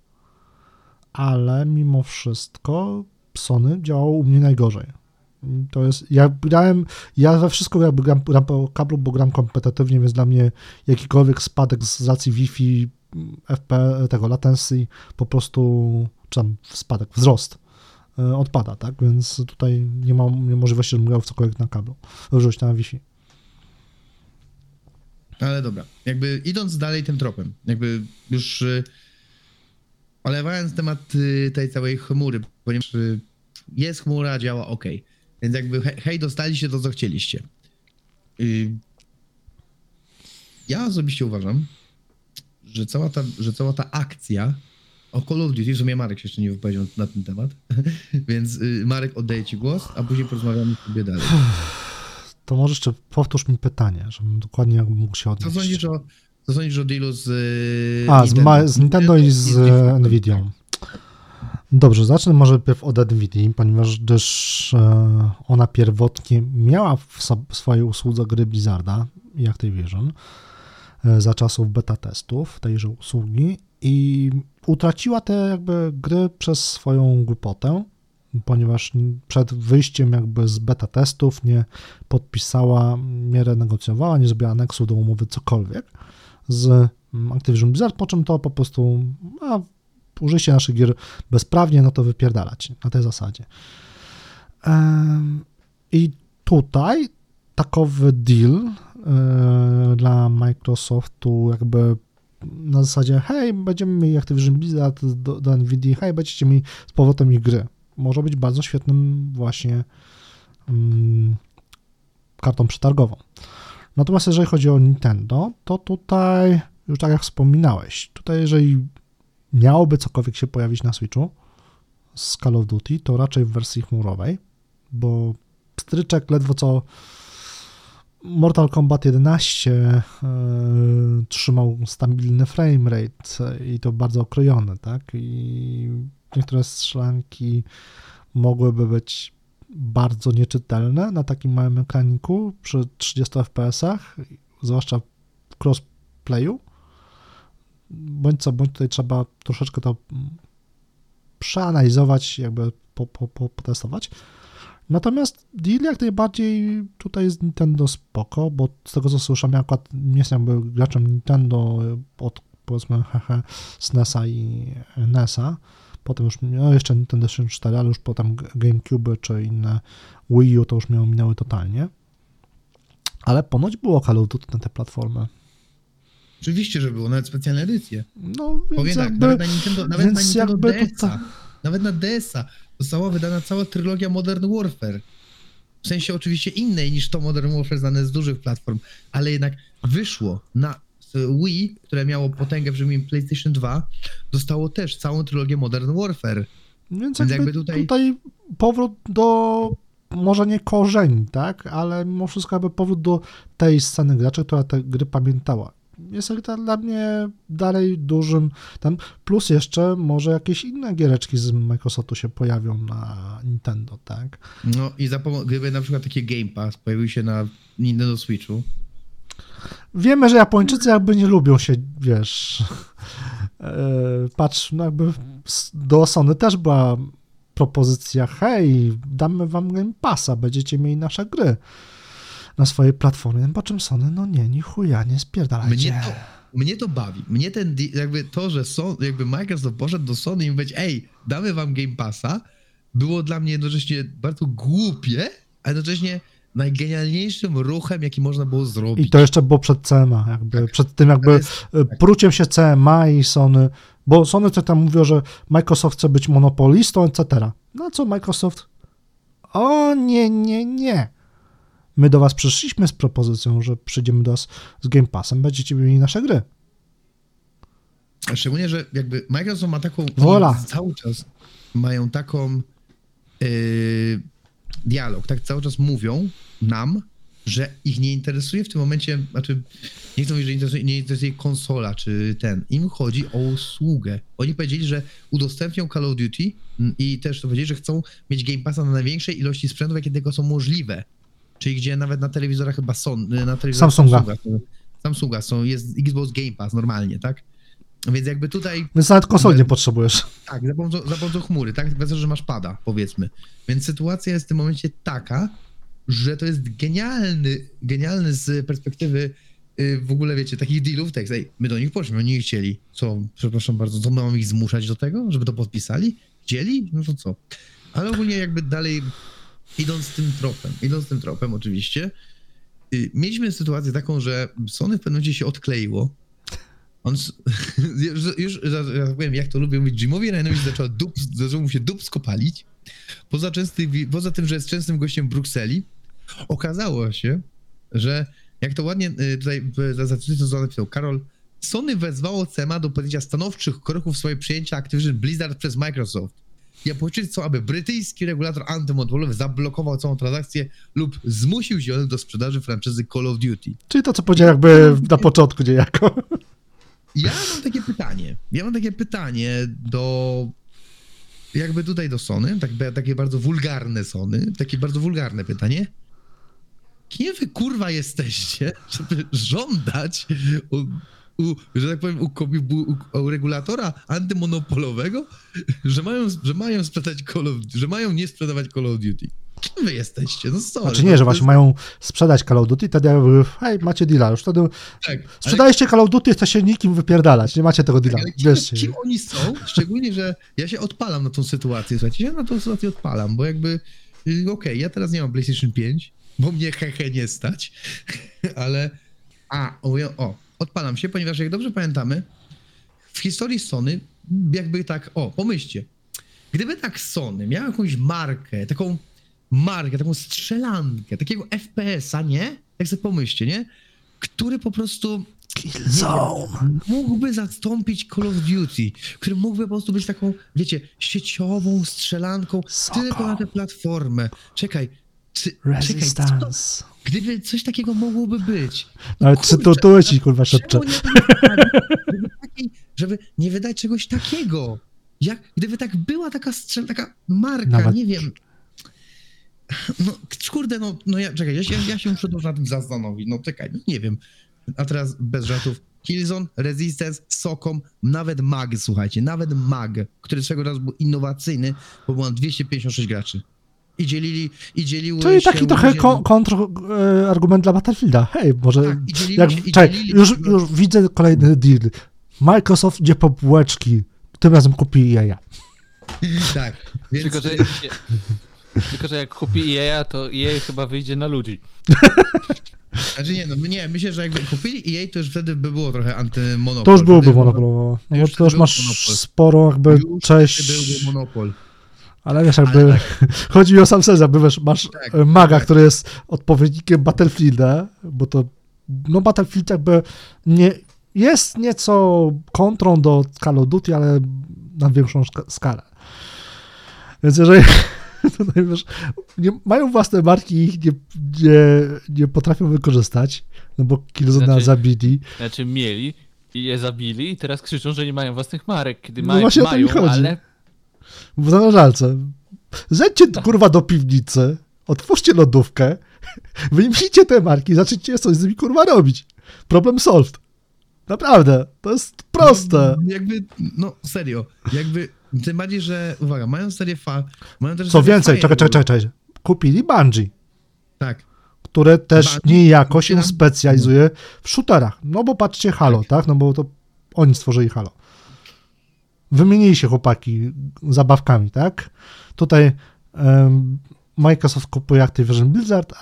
Ale mimo wszystko Sony działało u mnie najgorzej. To jest, ja we wszystko jakby gram po kablu, bo gram kompetytywnie, więc dla mnie jakikolwiek spadek z racji Wi-Fi, FP, tego latency, po prostu, czy tam wzrost odpada, tak? Więc tutaj nie mam możliwości, żebym grał w cokolwiek na kablu, wrzucić na Wi-Fi. Ale dobra, jakby idąc dalej tym tropem, jakby już olewając temat tej całej chmury, ponieważ jest chmura, działa ok. Więc jakby hej, dostaliście to, co chcieliście. Ja osobiście uważam, że cała ta akcja o Call of Duty, w sumie Marek się jeszcze nie wypowiedział na ten temat, więc Marek, oddaję ci głos, a później porozmawiamy sobie dalej. To może jeszcze powtórz mi pytanie, żebym dokładnie jakby mógł się odnieść. Co sądzisz o dealu z Nintendo? Z Nintendo i z Nvidią. Dobrze, zacznę może najpierw od Nvidii, ponieważ gdyż ona pierwotnie miała w swojej usłudze gry Blizzarda i Activision za czasów beta testów tejże usługi i utraciła te jakby gry przez swoją głupotę, ponieważ przed wyjściem jakby z beta testów nie podpisała, nie renegocjowała, nie zrobiła aneksu do umowy cokolwiek z Activision Blizzard, po czym to po prostu użycie naszych gier bezprawnie, no to wypierdalać na tej zasadzie. I tutaj takowy deal dla Microsoftu jakby na zasadzie, hej, będziemy mieli Activision Blizzard do NVIDIA, hej, będziecie mieli z powrotem ich gry. Może być bardzo świetnym właśnie kartą przetargową. Natomiast jeżeli chodzi o Nintendo, to tutaj, już tak jak wspominałeś, tutaj jeżeli miałoby cokolwiek się pojawić na Switchu z Call of Duty, to raczej w wersji chmurowej, bo pstryczek ledwo co Mortal Kombat 11 trzymał stabilny framerate i to bardzo okrojony, tak? I niektóre strzelanki mogłyby być bardzo nieczytelne na takim małym ekraniku przy 30 FPS-ach, zwłaszcza w crossplayu. Bądź tutaj trzeba troszeczkę to przeanalizować, jakby potestować. Natomiast deal jak najbardziej tutaj jest Nintendo spoko, bo z tego co słyszałem, ja akurat nie jestem jakby graczem Nintendo od powiedzmy SNES-a i NES-a, potem już jeszcze Nintendo 64, ale już potem GameCube czy inne Wii U to już mnie ominęły totalnie. Ale ponoć było Call of Duty na te platformy. Oczywiście, że było, nawet specjalne edycje. No, więc powiem tak, jakby, nawet na Nintendo DS-a, to... nawet na DS-a została wydana cała trylogia Modern Warfare. W sensie oczywiście innej niż to Modern Warfare znane z dużych platform, ale jednak wyszło na Wii, które miało potęgę w brzmieniu PlayStation 2, dostało też całą trylogię Modern Warfare. Więc jakby tutaj powrót do, może nie korzeni, tak, ale mimo wszystko jakby powrót do tej sceny graczy, która te gry pamiętała. Jest dla mnie dalej dużym tam, plus jeszcze może jakieś inne giereczki z Microsoftu się pojawią na Nintendo, tak? No i gdyby na przykład takie Game Pass pojawił się na Nintendo Switchu. Wiemy, że Japończycy jakby nie lubią się, wiesz, patrz, no jakby do Sony też była propozycja, hej, damy wam Game Passa, będziecie mieli nasze gry na swojej platformie, po czym Sony, no nie chuja, nie spierdalajcie. Mnie to bawi. Mnie jakby to, że jakby Microsoft poszedł do Sony i powiedział, ej, damy wam Game Passa, było dla mnie jednocześnie bardzo głupie, a jednocześnie najgenialniejszym ruchem, jaki można było zrobić. I to jeszcze było przed CMA, jakby, tak. Przed tym jakby pruciem się CMA i Sony, bo Sony co tam mówiło, że Microsoft chce być monopolistą, etc. No co Microsoft? O nie. My do was przyszliśmy z propozycją, że przyjdziemy do was z Game Passem, będziecie mieli nasze gry. Szczególnie, że jakby Microsoft ma taką... Cały czas mają taką dialog, tak cały czas mówią nam, że ich nie interesuje w tym momencie, znaczy nie chcą mówić, że nie interesuje konsola, czy ten. Im chodzi o usługę. Oni powiedzieli, że udostępnią Call of Duty i też to powiedzieli, że chcą mieć Game Passa na największej ilości sprzętów, jakie tylko są możliwe. Czyli gdzie nawet na telewizorach chyba na telewizorach Samsunga jest Xbox Game Pass normalnie, tak? Więc jakby tutaj... Więc nawet konsol nie potrzebujesz. Tak, za pomocą chmury, tak? Wystarczy, że masz pada, powiedzmy. Więc sytuacja jest w tym momencie taka, że to jest genialny z perspektywy w ogóle, wiecie, takich dealów, tak, my do nich poszliśmy, oni nie chcieli. Co, przepraszam bardzo, co my mamy ich zmuszać do tego, żeby to podpisali? Chcieli? No to co? Ale ogólnie jakby dalej, idąc tym tropem oczywiście, mieliśmy sytuację taką, że Sony w pewnym momencie się odkleiło. On już ja powiem, jak to lubię mówić, Jimowi Ryanowi zaczął mu się dupsko palić. Poza tym, że jest częstym gościem w Brukseli, okazało się, że jak to ładnie tutaj zacytuję, napisał Karol, Sony wezwało CMA do podjęcia stanowczych kroków w sprawie przyjęcia Activision Blizzard przez Microsoft. Japończycy chcą, aby brytyjski regulator antymonopolowy zablokował całą transakcję lub zmusił zielonych do sprzedaży franczyzy Call of Duty. Czyli to, co powiedziałem jakby na początku niejako. Ja mam takie pytanie do jakby tutaj do Sony, takie bardzo wulgarne pytanie. Kim wy kurwa jesteście, żeby żądać że tak powiem u regulatora antymonopolowego, że mają sprzedać że mają nie sprzedawać Call of Duty? Kim wy jesteście? No sorry. Znaczy nie, że właśnie mają sprzedać Call of Duty, wtedy jakby, hej, macie deala, już wtedy sprzedaliście Call of Duty, chce się nikim wypierdalać, nie macie tego deala. Kim oni są? Szczególnie, że ja się odpalam na tą sytuację, słuchajcie, ja na tą sytuację odpalam, bo jakby, okej, ja teraz nie mam PlayStation 5, bo mnie hehe nie stać, ale... Odpalam się, ponieważ jak dobrze pamiętamy, w historii Sony jakby tak, pomyślcie, gdyby tak Sony miał jakąś taką strzelankę, takiego FPS-a, nie? Jak sobie pomyślcie, nie? Który po prostu mógłby zastąpić Call of Duty, który mógłby po prostu być taką, wiecie, sieciową strzelanką tylko na tę platformę. Czekaj, gdyby coś takiego mogłoby być. Ale czy ci, kurwa, szepcze. Żeby nie wydać czegoś takiego. Gdyby tak była taka marka, Nawet... nie wiem. No, kurde, czekaj, ja się muszę dużo na tym zastanowić. No czekaj, nie wiem. A teraz bez żartów. Killzone, Resistance, Socom, nawet MAG, słuchajcie, nawet MAG, który swego razu był innowacyjny, bo było 256 graczy. I dzieliły Czyli się... taki trochę kontrargument dla Battlefielda. Hej, może... Tak, już widzę kolejny deal. Microsoft idzie po bułeczki, tym razem kupi jaja. Tak, więc... Tylko, że jak kupi EA, to EA chyba wyjdzie na ludzi. Znaczy myślę, że jakby kupili EA, to już wtedy by było trochę antymonopol. To już byłoby monopolowo. No bo to już masz monopol. Sporo jakby byłby monopol. Ale wiesz, jakby chodzi mi o sam sezon, masz Maga, który jest odpowiednikiem Battlefielda, bo to, Battlefield jakby jest nieco kontrą do Call of Duty, ale na większą skalę. Więc jeżeli tutaj wiesz, mają własne marki i ich nie potrafią wykorzystać, no bo Killzone zabili. Znaczy mieli i je zabili i teraz krzyczą, że nie mają własnych marek, kiedy właśnie mają, o to mi chodzi. ale... W zamrażalce. Zejdźcie kurwa do piwnicy, otwórzcie lodówkę, wyjmijcie te marki, zacznijcie coś z nimi kurwa robić. Problem solved. Naprawdę, to jest proste. Serio, tym bardziej, że uwaga, mają serię mają też co więcej, czekaj. Kupili Bungie. Tak. Które też niejako się specjalizuje w shooterach. No bo patrzcie Halo, tak? No bo to oni stworzyli Halo. Wymienili się chłopaki zabawkami, tak? Tutaj Microsoft kupuje Activision Blizzard,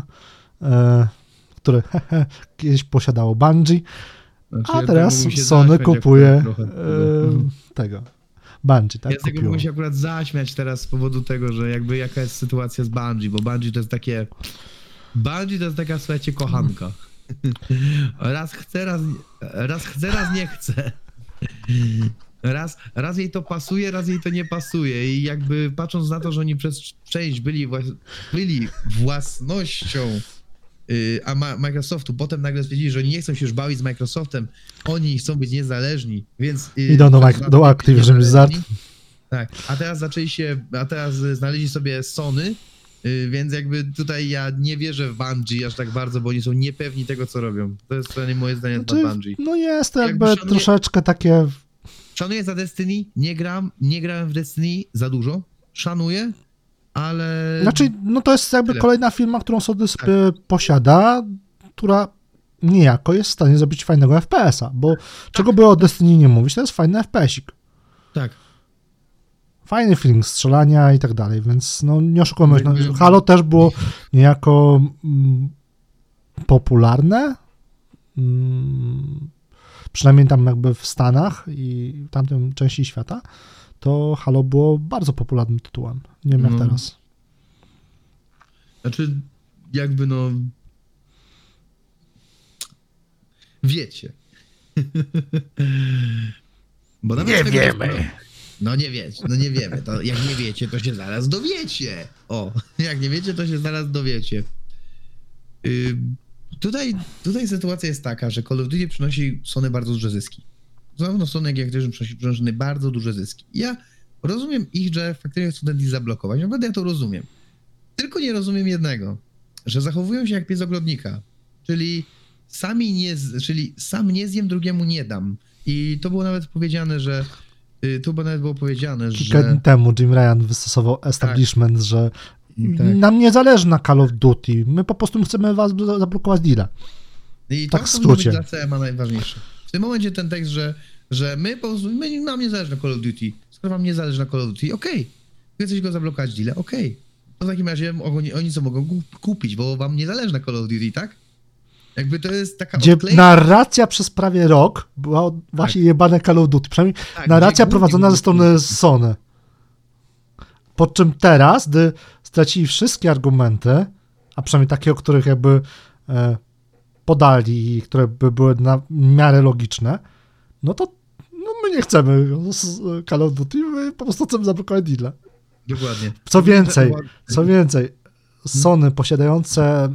które kiedyś posiadało Bungie, a teraz Sony kupuje tego. Bungie, tak? Ja z tego mogę się akurat zaśmiać teraz z powodu tego, że jakby jaka jest sytuacja z Bungie, bo Bungie to jest takie... Bungie to jest taka, słuchajcie, kochanka. Raz chce, raz nie chce. Raz jej to pasuje, raz jej to nie pasuje i jakby patrząc na to, że oni przez część byli własnością Microsoftu, potem nagle stwierdzili, że oni nie chcą się już bawić z Microsoftem, oni chcą być niezależni, więc... Idą do Activision Blizzard. Tak, a teraz znaleźli sobie Sony, więc jakby tutaj ja nie wierzę w Bungie aż tak bardzo, bo oni są niepewni tego, co robią. To jest moje zdanie na Bungie. No jest to jakby troszeczkę takie... Szanuję za Destiny, nie grałem w Destiny za dużo, szanuję, ale... Znaczy, to jest jakby kolejna firma, którą Sony posiada, która niejako jest w stanie zrobić fajnego FPS-a, bo czego by o Destiny nie mówić, to jest fajny FPS-ik. Tak. Fajny feeling strzelania i tak dalej, więc nie oszukujmy się. Halo też było niejako popularne, przynajmniej tam jakby w Stanach i w tamtym części świata, to Halo było bardzo popularnym tytułem. Nie wiem jak teraz. Znaczy, jakby wiecie. Bo nie wiemy. Nie wiemy. To jak nie wiecie, to się zaraz dowiecie. Jak nie wiecie, to się zaraz dowiecie. Tutaj sytuacja jest taka, że Call of Duty przynosi Sony bardzo duże zyski. Zarówno Sony, jak i Activision przynosi bardzo duże zyski. Ja rozumiem że faktycznie chcą ten deal zablokować. Naprawdę ja to rozumiem. Tylko nie rozumiem jednego, że zachowują się jak pies ogrodnika. Czyli sam nie zjem, drugiemu nie dam. I to było nawet powiedziane, że kilka dni temu Jim Ryan wystosował establishment, że nam nie zależy na Call of Duty, my po prostu chcemy was zablokować deala. I tak to w skrócie. Dla CMA najważniejsze. W tym momencie ten tekst, że nam nie zależy na Call of Duty. Skoro wam nie zależy na Call of Duty, okej. Wy chcecie go zablokować deala, okej. to w takim razie oni co mogą kupić, bo wam nie zależy na Call of Duty, tak? Jakby to jest taka Gdzie odklejka. narracja przez prawie rok była właśnie jebane Call of Duty. Przynajmniej Tak, narracja gdzie prowadzona ze głównie- strony Sony. Po czym teraz, gdy stracili wszystkie argumenty, a przynajmniej takie, o których jakby podali, które by były na miarę logiczne, no to my nie chcemy Call of Duty, my po prostu chcemy zablokować deal. Dokładnie. Co więcej, Sony posiadające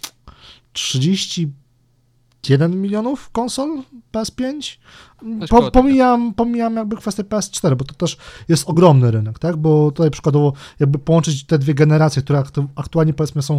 31 milionów konsol PS5, pomijam jakby kwestię PS4, bo to też jest ogromny rynek, tak? Bo tutaj przykładowo jakby połączyć te dwie generacje, które aktualnie powiedzmy są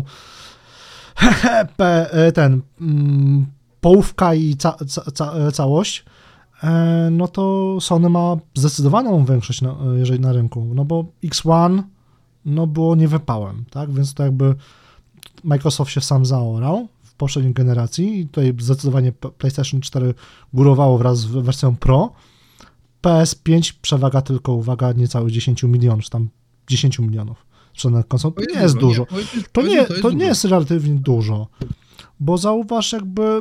połówka i całość, no to Sony ma zdecydowaną większość, jeżeli na rynku, no bo X1 było niewypałem, tak? Więc to jakby Microsoft się sam zaorał w poprzedniej generacji i tutaj zdecydowanie PlayStation 4 górowało wraz z wersją Pro. PS5 przewaga tylko, uwaga, niecałe 10 milionów, czy tam 10 milionów sprzedanych konsol. To nie jest dużo. To nie jest relatywnie dużo, bo zauważ jakby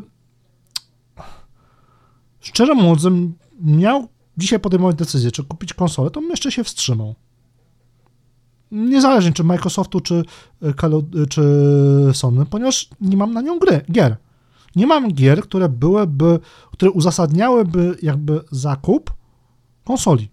szczerze mówiąc, miał dzisiaj podejmować decyzję, czy kupić konsolę, to bym jeszcze się wstrzymał. Niezależnie czy Microsoftu, czy Sony, ponieważ nie mam na nią gier. Nie mam gier, które uzasadniałyby jakby zakup konsoli.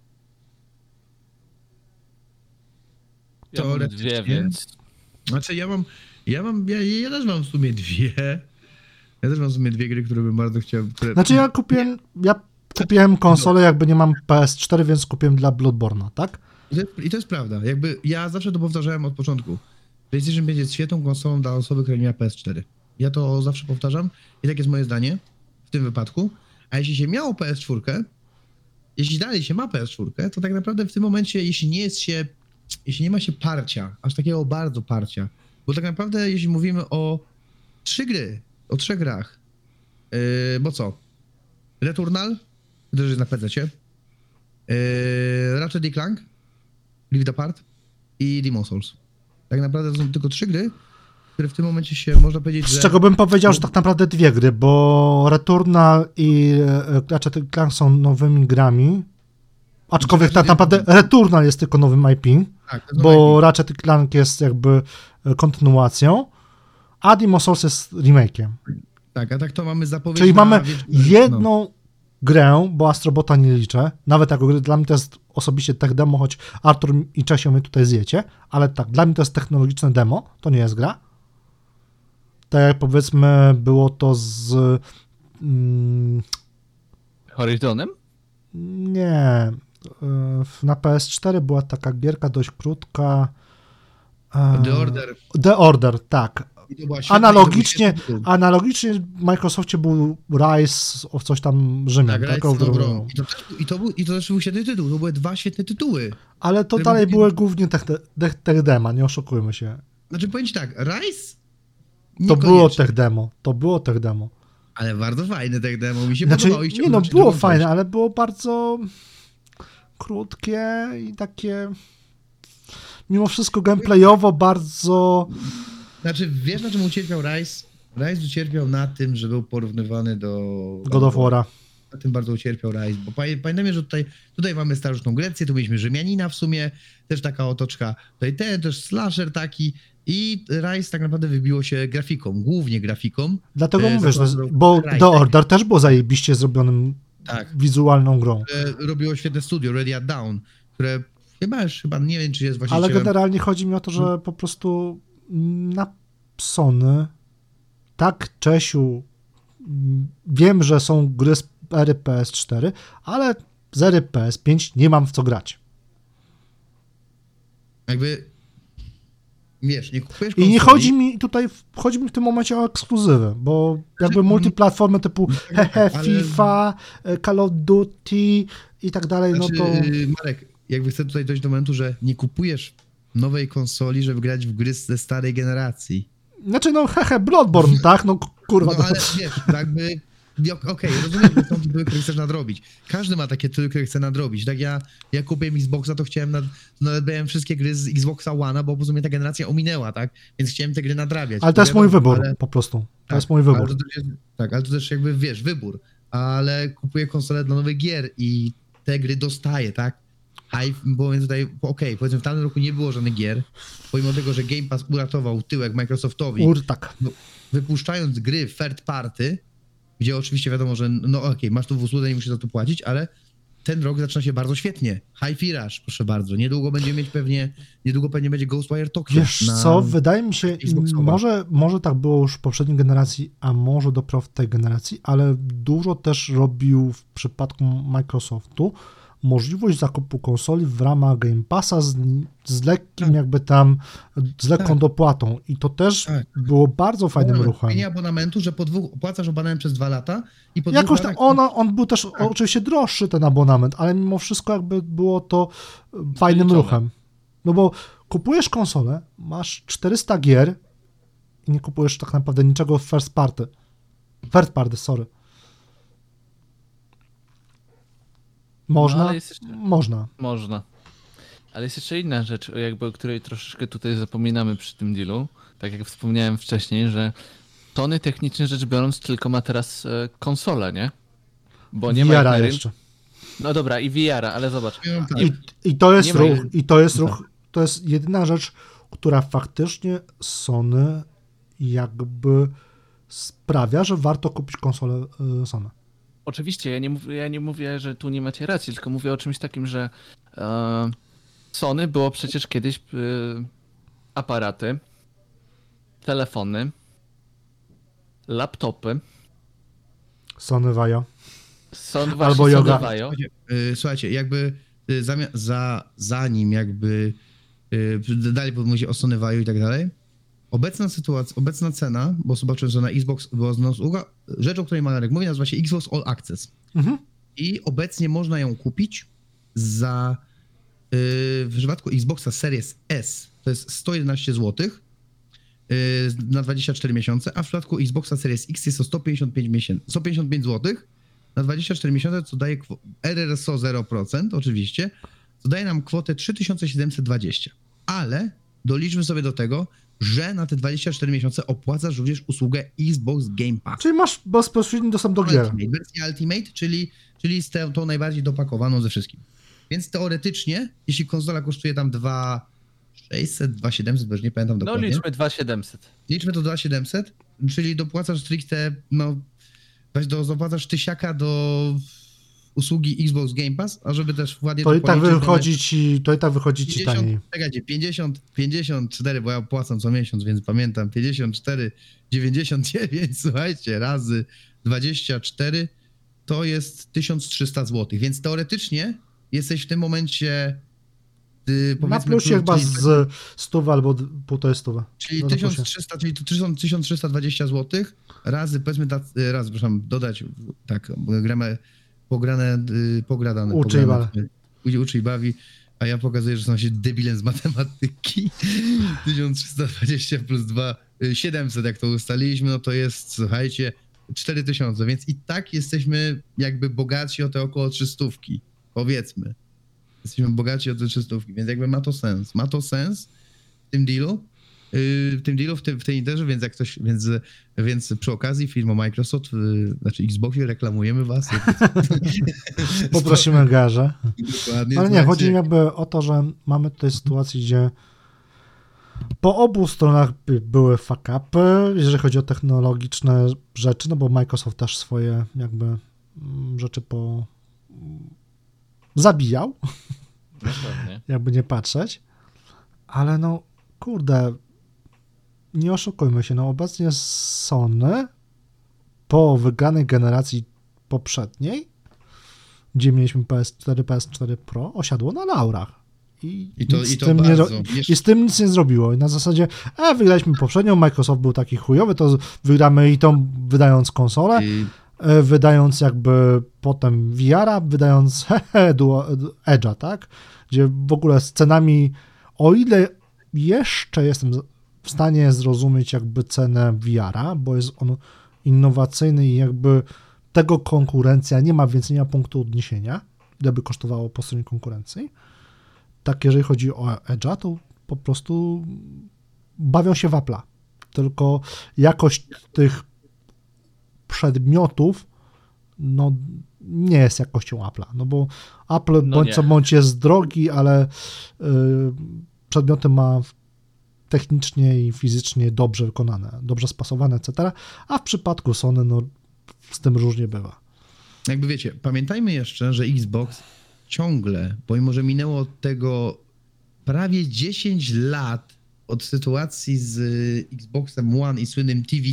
Ja mam dwie, więc... Znaczy ja też mam w sumie dwie. Ja też mam w sumie dwie gry, które bym bardzo chciał... Znaczy ja kupiłem konsolę, jakby nie mam PS4, więc kupiłem dla Bloodborne'a, tak? I to jest prawda. Jakby ja zawsze to powtarzałem od początku. PlayStation będzie świetną konsolą dla osoby, która nie ma PS4. Ja to zawsze powtarzam i tak jest moje zdanie w tym wypadku. A jeśli się miało PS4, jeśli dalej się ma PS4, to tak naprawdę w tym momencie, jeśli nie ma się parcia, aż takiego bardzo parcia, bo tak naprawdę jeśli mówimy o trzech grach, bo co? Returnal, to też jest na PC-cie, Ratchet & Clank, Rift Apart i Demon's Souls. Tak naprawdę to są tylko 3 gry, które w tym momencie się można powiedzieć, że... Z czego bym powiedział, że tak naprawdę 2 gry, bo Returnal i Ratchet & Clank są nowymi grami, aczkolwiek tak naprawdę Returnal jest tylko nowym IP, tak, bo Ratchet & Clank jest jakby kontynuacją, a Demon's Souls jest remake'iem. Tak, a tak to mamy zapowiedź. Czyli mamy jedną grę, bo Astrobota nie liczę, nawet jako gry, dla mnie to jest osobiście tech demo, choć Artur i Czesio mnie tutaj zjecie, ale tak, dla mnie to jest technologiczne demo, to nie jest gra. Tak jak powiedzmy było to z... Horizonem? Nie. Na PS4 była taka gierka dość krótka. The Order, tak. Analogicznie w Microsoftie był Rise of coś tam Rzymian. Tak, I to też był świetny tytuł, to były 2 świetne tytuły. Ale to dalej były głównie tech demo, nie oszukujmy się. Znaczy powiem ci tak, Rise? To było tech demo. Ale bardzo fajne tech demo, mi się podobało. Było fajne, ale było bardzo krótkie i takie mimo wszystko gameplayowo bardzo... Znaczy, wiesz na czym ucierpiał Rise? Rise ucierpiał na tym, że był porównywany do God of War'a. Na tym bardzo ucierpiał Rise, bo pamiętajmy, że tutaj mamy starożytną Grecję, tu mieliśmy Rzymianina w sumie, też taka otoczka, tutaj też slasher taki i Rise tak naprawdę wybiło się grafiką, głównie grafiką. Dlatego mówię, bo The Order też było zajebiście zrobionym wizualną grą. Robiło świetne studio, Ready at Dawn, które chyba nie wiem, czy jest właścicielem. Ale generalnie chodzi mi o to, że po prostu na Sony, tak, Czesiu, wiem, że są gry z ery PS4, ale z ery PS5 nie mam w co grać. Jakby, wiesz, nie kupujesz konsoli. I nie chodzi mi w tym momencie o ekskluzywy, bo jakby multiplatformy typu FIFA, Call of Duty i tak dalej, znaczy, no to... Marek, jakby chcę tutaj dojść do momentu, że nie kupujesz nowej konsoli, żeby grać w gry ze starej generacji. Znaczy, Bloodborne, tak? No kurwa. No ale wiesz, jakby Okej, rozumiem, że są tytuły, które chcesz nadrobić. Każdy ma takie tytuły, które chce nadrobić. Tak ja kupiłem Xboxa, to chciałem nadrabiałem wszystkie gry z Xboxa One'a, bo po prostu mnie ta generacja ominęła, tak? Więc chciałem te gry nadrabiać. Ale to jest mój wybór, po prostu. To jest mój wybór. Ale to też jakby, wiesz, wybór. Ale kupuję konsolę dla nowych gier i te gry dostaję, tak? Bo tutaj, powiedzmy, w tamtym roku nie było żadnych gier, pomimo tego, że Game Pass uratował tyłek Microsoftowi, Tak. wypuszczając gry third party, gdzie oczywiście wiadomo, że masz tu w usłudze, nie musisz za to płacić, ale ten rok zaczyna się bardzo świetnie. Hi-Fi Rush, proszę bardzo. Niedługo pewnie będzie Ghostwire Tokyo. Wiesz co, wydaje mi się, może tak było już w poprzedniej generacji, a może dopiero w tej generacji, ale dużo też robił w przypadku Microsoftu możliwość zakupu konsoli w ramach Game Passa z lekkim jakby tam, z lekką dopłatą i to też było bardzo fajnym ruchem. Nie abonamentu, że po 2 opłacasz abonament przez 2 lata i po 2 jakoś latach... on był też oczywiście droższy ten abonament, ale mimo wszystko jakby było to fajnym ruchem. No bo kupujesz konsolę, masz 400 gier i nie kupujesz tak naprawdę niczego w first party, sorry. Można? Można. Ale jest jeszcze inna rzecz, jakby o której troszeczkę tutaj zapominamy przy tym dealu. Tak jak wspomniałem wcześniej, że Sony technicznie rzecz biorąc tylko ma teraz konsolę, nie? Bo nie VR-a ma jeszcze. No dobra, i VR-a, ale zobacz. I to jest ruch, to jest jedyna rzecz, która faktycznie Sony jakby sprawia, że warto kupić konsolę Sony. Oczywiście, ja nie mówię, że tu nie macie racji, tylko mówię o czymś takim, że Sony było przecież kiedyś aparaty, telefony, laptopy. Sony Vaio. Albo Yoga. Słuchajcie, jakby zanim jakby dalej mówicie o Sony Vaio i tak dalej, obecna cena, bo zobaczyłem, że na Xbox była rzecz, o której Marek mówi, nazywa się Xbox All Access. I obecnie można ją kupić za w przypadku Xboxa Series S to jest 111 zł na 24 miesiące, a w przypadku Xboxa Series X jest to 155 zł na 24 miesiące, co daje RRSO 0%, oczywiście, co daje nam kwotę 3720. Ale doliczmy sobie do tego, że na te 24 miesiące opłacasz również usługę Xbox Game Pass. Czyli masz bezpośredni dostęp do gier. Wersja Ultimate, czyli z tą najbardziej dopakowaną ze wszystkim. Więc teoretycznie, jeśli konsola kosztuje tam 2600, 2700, bo już nie pamiętam dokładnie. No liczmy 2700. Liczmy to 2700, czyli dopłacasz stricte, dopłacasz tysiaka do usługi Xbox Game Pass, a żeby też ładnie to i tak wychodzi ci taniej. Czekajcie, 54, bo ja płacę co miesiąc, więc pamiętam, 54,99, słuchajcie, razy 24 to jest 1300 zł, więc teoretycznie jesteś w tym momencie na plusie chyba z 100 albo 1,5 Czyli 1300, czyli to 1320 zł razy, powiedzmy, dodać, tak, gramy pogradane. Uczy i bawi, a ja pokazuję, że są się debilem z matematyki. 1320 plus 2, 700 jak to ustaliliśmy, no to jest, słuchajcie, 4000, więc i tak jesteśmy jakby bogatsi o te około 300, powiedzmy. Jesteśmy bogaci o te 300, więc jakby ma to sens w tym dealu, w tej interze, więc jak ktoś, więc przy okazji firma Microsoft, znaczy Xboxie, reklamujemy was. Poprosimy garze. Dokładnie. Ale nie, chodzi jakby o to, że mamy tutaj sytuację, gdzie po obu stronach były fuck-upy, jeżeli chodzi o technologiczne rzeczy, no bo Microsoft też swoje jakby rzeczy zabijał, jakby nie patrzeć, ale no kurde, nie oszukujmy się, no obecnie Sony po wygranej generacji poprzedniej, gdzie mieliśmy PS4, PS4 Pro, osiadło na laurach. I z tym nic nie zrobiło. I na zasadzie, wygraliśmy poprzednią, Microsoft był taki chujowy, to wygramy i tą, wydając konsolę, wydając jakby potem VR-a, wydając Edge'a, tak? Gdzie w ogóle z cenami, o ile jeszcze jestem w stanie zrozumieć jakby cenę VR-a, bo jest on innowacyjny i jakby tego konkurencja nie ma, więc nie ma punktu odniesienia, ile by kosztowało po stronie konkurencji. Tak, jeżeli chodzi o Edge'a, to po prostu bawią się w Apple'a. Tylko jakość tych przedmiotów no nie jest jakością Apple'a, no bo Apple bądź co bądź jest drogi, ale przedmioty ma technicznie i fizycznie dobrze wykonane, dobrze spasowane, etc., a w przypadku Sony, no z tym różnie bywa. Jakby wiecie, pamiętajmy jeszcze, że Xbox ciągle, pomimo że minęło od tego prawie 10 lat od sytuacji z Xboxem One i słynnym TV,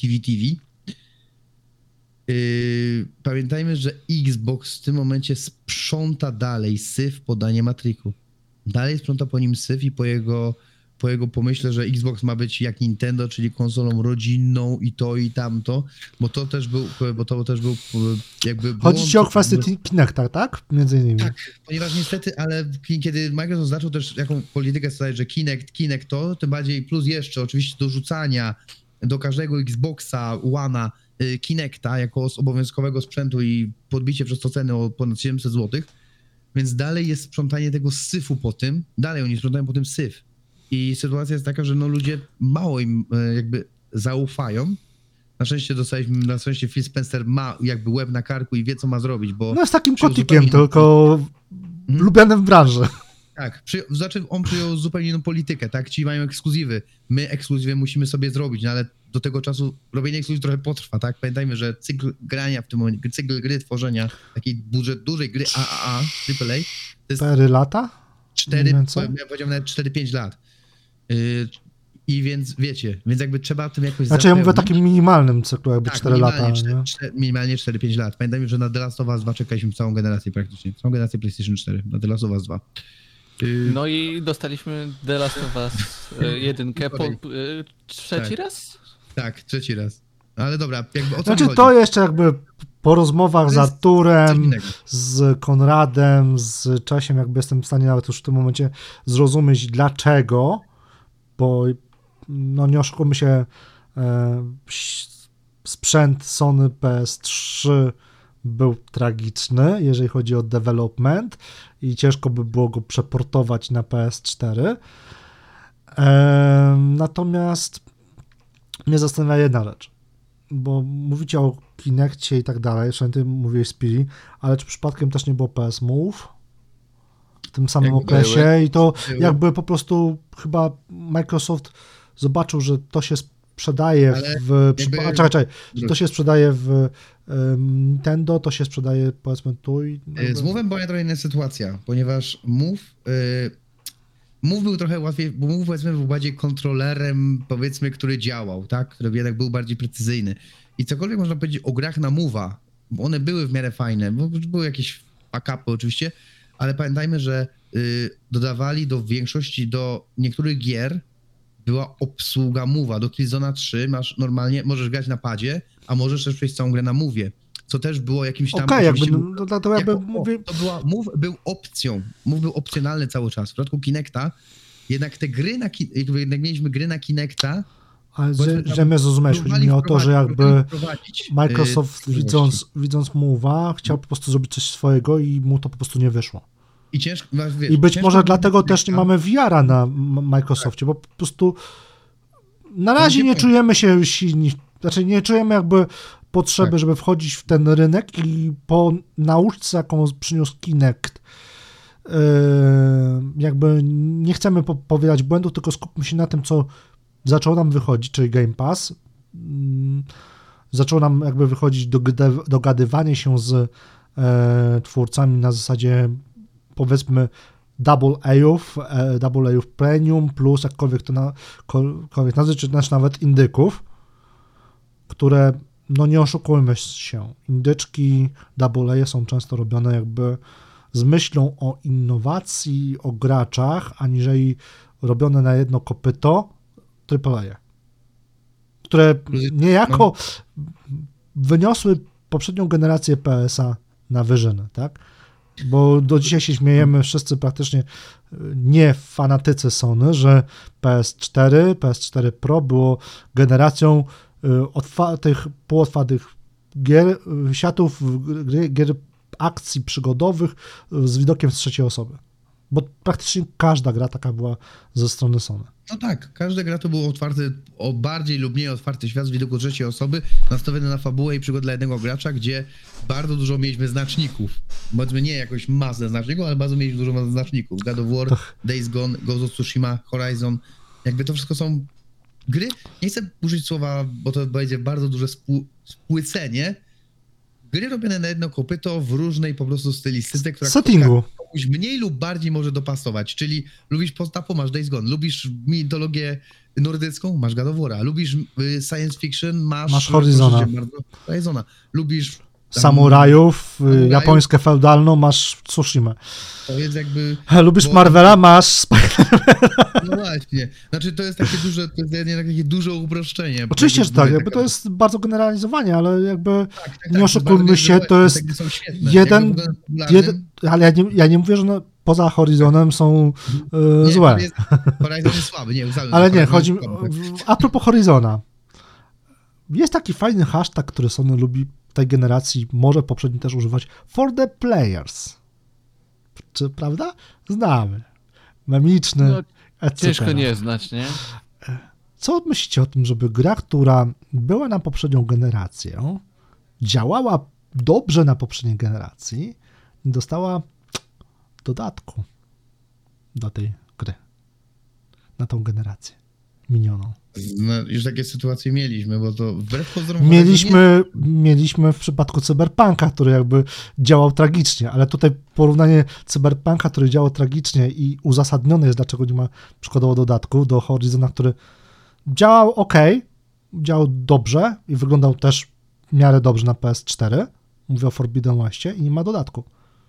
pamiętajmy, że Xbox w tym momencie sprząta dalej syf po Danie Matriku. Dalej sprząta po nim syf i po jego pomyśle, że Xbox ma być jak Nintendo, czyli konsolą rodzinną i to i tamto, bo to też był jakby Chodzi ci o kwestię Kinecta, tak? Między innymi. Tak, ponieważ niestety, ale kiedy Microsoft zaczął też jaką politykę stosować, że Kinect to, tym bardziej plus jeszcze oczywiście dorzucania do każdego Xboxa One'a Kinecta jako obowiązkowego sprzętu i podbicie przez to ceny o ponad 700 zł, więc dalej jest sprzątanie tego syfu po tym, dalej oni sprzątają po tym syf. I sytuacja jest taka, że no ludzie mało im jakby zaufają. Na szczęście Phil Spencer ma jakby łeb na karku i wie, co ma zrobić, bo... No jest takim kotikiem, tylko lubianym w branży. Tak, on przyjął zupełnie inną politykę, tak? Ci mają ekskluzywy. My ekskluzywy musimy sobie zrobić, no ale do tego czasu robienie ekskluzyw trochę potrwa, tak? Pamiętajmy, że cykl grania w tym momencie, cykl gry, tworzenia takiej dużej gry AAA, AAA, to jest 4 lata? 4, ja powiedziałem nawet 4-5 lat. I więc wiecie, więc jakby trzeba tym jakoś Znaczy ja mówię o takim minimalnym cyklu, jakby tak, 4 lata. Minimalnie 4-5 lat. Pamiętajmy, że na The Last of Us 2 czekaliśmy całą generację praktycznie. Całą generację PlayStation 4 na The Last of Us 2. No i dostaliśmy The Last of Us 1 trzeci raz? Tak, trzeci raz. Ale dobra, jakby o co Znaczy chodzi? to jeszcze jakby po rozmowach z Arturem, z Konradem, z Czesiem, jakby jestem w stanie nawet już w tym momencie zrozumieć dlaczego, bo no nie oszukujmy się, sprzęt Sony PS3 był tragiczny, jeżeli chodzi o development i ciężko by było go przeportować na PS4. Natomiast mnie zastanawia jedna rzecz, bo mówicie o Kinectie i tak dalej, zresztą ty mówiłeś Speedy, ale czy przypadkiem też nie było PS Move w tym samym okresie i to jakby po prostu chyba Microsoft zobaczył, że to się sprzedaje to się sprzedaje w Nintendo, to się sprzedaje powiedzmy tu i... Z Move'em była trochę inna sytuacja, ponieważ Move był trochę łatwiej, bo Move powiedzmy był bardziej kontrolerem, powiedzmy, który działał, tak? Który jednak był bardziej precyzyjny. I cokolwiek można powiedzieć o grach na Move'a, bo one były w miarę fajne, bo były jakieś fuck-upy oczywiście, ale pamiętajmy, że dodawali do większości, do niektórych gier była obsługa Move'a. Do Killzone'a 3 możesz grać na padzie, a możesz też przejść całą grę na Move'ie. Co też było jakimś tam... Move był opcją. Move był opcjonalny cały czas. W przypadku Kinecta jednak te gry jednak mieliśmy gry na Kinecta. Ale że mnie zrozumiałeś, chodzi mi o to, że jakby Microsoft widząc Move'a chciał po prostu zrobić coś swojego i mu to po prostu nie wyszło. I być może dlatego też nie mamy VR-a na Microsoftie, bo po prostu na razie nie czujemy się silni, znaczy nie czujemy jakby potrzeby, żeby wchodzić w ten rynek i po nauczce, jaką przyniósł Kinect, jakby nie chcemy powielać błędów, tylko skupmy się na tym, co zaczął nam wychodzić, czyli Game Pass. Zaczęło nam jakby wychodzić dogadywanie się z twórcami na zasadzie powiedzmy double A-ów premium plus jakkolwiek to nazwać, czy też nawet indyków, które no nie oszukujmy się, indyczki double A są często robione jakby z myślą o innowacji, o graczach, aniżeli robione na jedno kopyto AAA, które niejako wyniosły poprzednią generację PS-a na wyżyny, tak? Bo do dzisiaj się śmiejemy wszyscy praktycznie nie fanatycy Sony, że PS4 Pro było generacją otwartych, półotwartych gier, światów gier akcji przygodowych z widokiem z trzeciej osoby. Bo praktycznie każda gra taka była ze strony Sony. No tak, każda gra to był otwarty, o bardziej lub mniej otwarty świat z widoku trzeciej osoby, nastawiony na fabułę i przygód dla jednego gracza, gdzie bardzo dużo mieliśmy znaczników. Powiedzmy nie jakoś masę znaczników, ale bardzo mieliśmy dużo znaczników. God of War, Days Gone, Ghost of Tsushima, Horizon. Jakby to wszystko są gry. Nie chcę użyć słowa, bo to będzie bardzo duże spłycenie. Gry robione na jedno kopyto w różnej po prostu stylistyce, która komuś mniej lub bardziej może dopasować. Czyli lubisz post-apo, masz Days Gone, lubisz mitologię nordycką, masz God of War'a, lubisz science fiction, masz Horizona, lubisz samurajów, japońskie feudalną, masz Tsushima. To jest jakby... Lubisz Marvela, masz Spider-Mana. No właśnie. Znaczy to jest takie duże, to jest jednak takie duże uproszczenie. Oczywiście, że tak, jakby to jest bardzo generalizowanie, ale jakby nie oszukujmy się, to jest jeden, ale ja nie mówię, że poza Horizonem są złe. Horizon jest słaby, nie, ale nie, chodzi mi, a propos Horizona. Jest taki fajny hashtag, który Sony lubi tej generacji, może poprzedni też używać, for the players. Czy prawda? Znamy. Memiczny, no, etc. Ciężko nie znać, nie? Co myślicie o tym, żeby gra, która była na poprzednią generację, działała dobrze na poprzedniej generacji, dostała dodatku do tej gry, na tą generację minioną? No, już takie sytuacje mieliśmy, bo to wbrew pozorom... Mieliśmy w przypadku Cyberpunka, który jakby działał tragicznie, ale tutaj porównanie Cyberpunka, który działał tragicznie i uzasadnione jest, dlaczego nie ma przykładowo dodatku do Horizona, który działał ok, działał dobrze i wyglądał też w miarę dobrze na PS4, mówię o Forbidden Westie, i nie ma dodatku.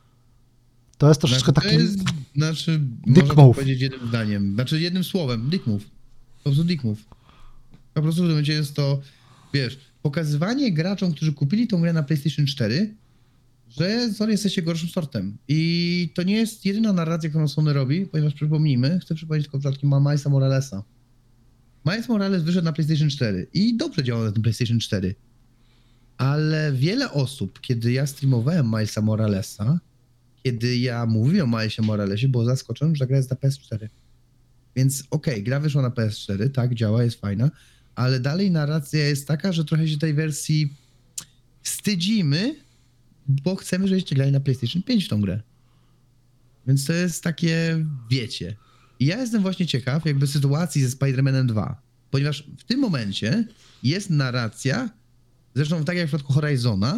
To jest troszeczkę taki dick move. Powiedzieć jednym zdaniem, jednym słowem, dick move. Po prostu dick move. Po prostu w tym momencie jest to, wiesz, pokazywanie graczom, którzy kupili tą grę na PlayStation 4, że Sony jesteście gorszym sortem. I to nie jest jedyna narracja, którą Sony robi, ponieważ przypomnijmy, chcę przypomnieć tylko przypadki Milesa Moralesa. Miles Morales wyszedł na PlayStation 4 i dobrze działał na tym PlayStation 4. Ale wiele osób, kiedy ja streamowałem Milesa Moralesa, kiedy ja mówiłem o Milesie Moralesie, było zaskoczone, że gra jest na PS4. Więc okej, gra wyszła na PS4, tak, działa, jest fajna, ale dalej narracja jest taka, że trochę się tej wersji wstydzimy, bo chcemy, żebyście grali na PlayStation 5 w tą grę. Więc to jest takie, wiecie. I ja jestem właśnie ciekaw jakby sytuacji ze Spider-Manem 2, ponieważ w tym momencie jest narracja, zresztą tak jak w przypadku Horizona,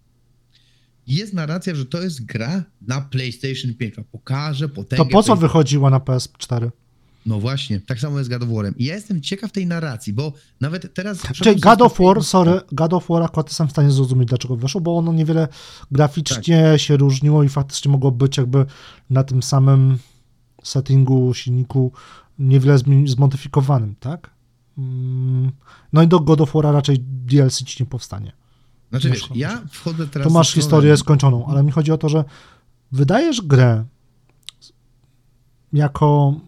jest narracja, że to jest gra na PlayStation 5, pokaże potęgę. To po co wychodziła na PS4? No właśnie, tak samo jest God of War'em. I ja jestem ciekaw tej narracji, bo nawet teraz... Czyli God of War akurat jestem w stanie zrozumieć, dlaczego wyszło, bo ono niewiele graficznie się różniło i faktycznie mogło być jakby na tym samym settingu, silniku niewiele zmodyfikowanym, tak? No i do God of War'a raczej DLC ci nie powstanie. Znaczy wiesz, ja wchodzę teraz... To masz historię skończoną, ale mi chodzi o to, że wydajesz grę jako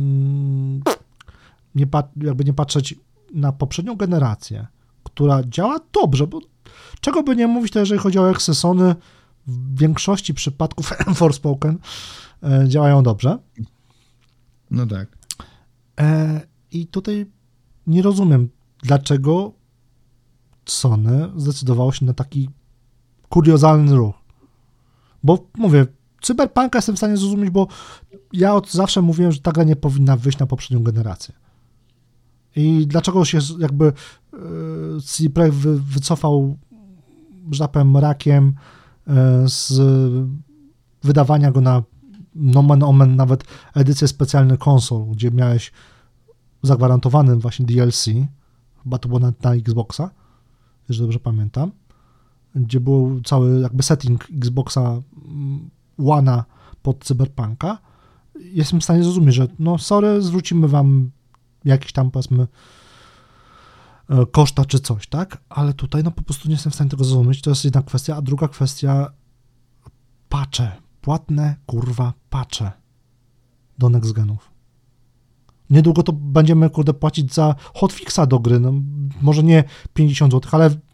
jakby nie patrzeć na poprzednią generację, która działa dobrze, bo czego by nie mówić, to jeżeli chodzi o eksy Sony, w większości przypadków Forspoken działają dobrze. No tak. I tutaj nie rozumiem, dlaczego Sony zdecydowało się na taki kuriozalny ruch. Bo mówię, Cyberpunka jestem w stanie zrozumieć, bo ja od zawsze mówiłem, że ta gra nie powinna wyjść na poprzednią generację. I dlaczego się jakby CD Projekt wycofał, że tak powiem, rakiem z wydawania go na nomen omen nawet edycję specjalny konsol, gdzie miałeś zagwarantowany właśnie DLC, chyba to było na Xboxa, jeżeli dobrze pamiętam, gdzie był cały jakby setting Xboxa One'a pod Cyberpunka. Jestem w stanie zrozumieć, że no sorry, zwrócimy wam jakieś tam, powiedzmy, koszta czy coś, tak? Ale tutaj no po prostu nie jestem w stanie tego zrozumieć. To jest jedna kwestia, a druga kwestia patche, płatne kurwa patche do next genów. Niedługo to będziemy, kurde, płacić za hotfixa do gry, no może nie 50 zł, ale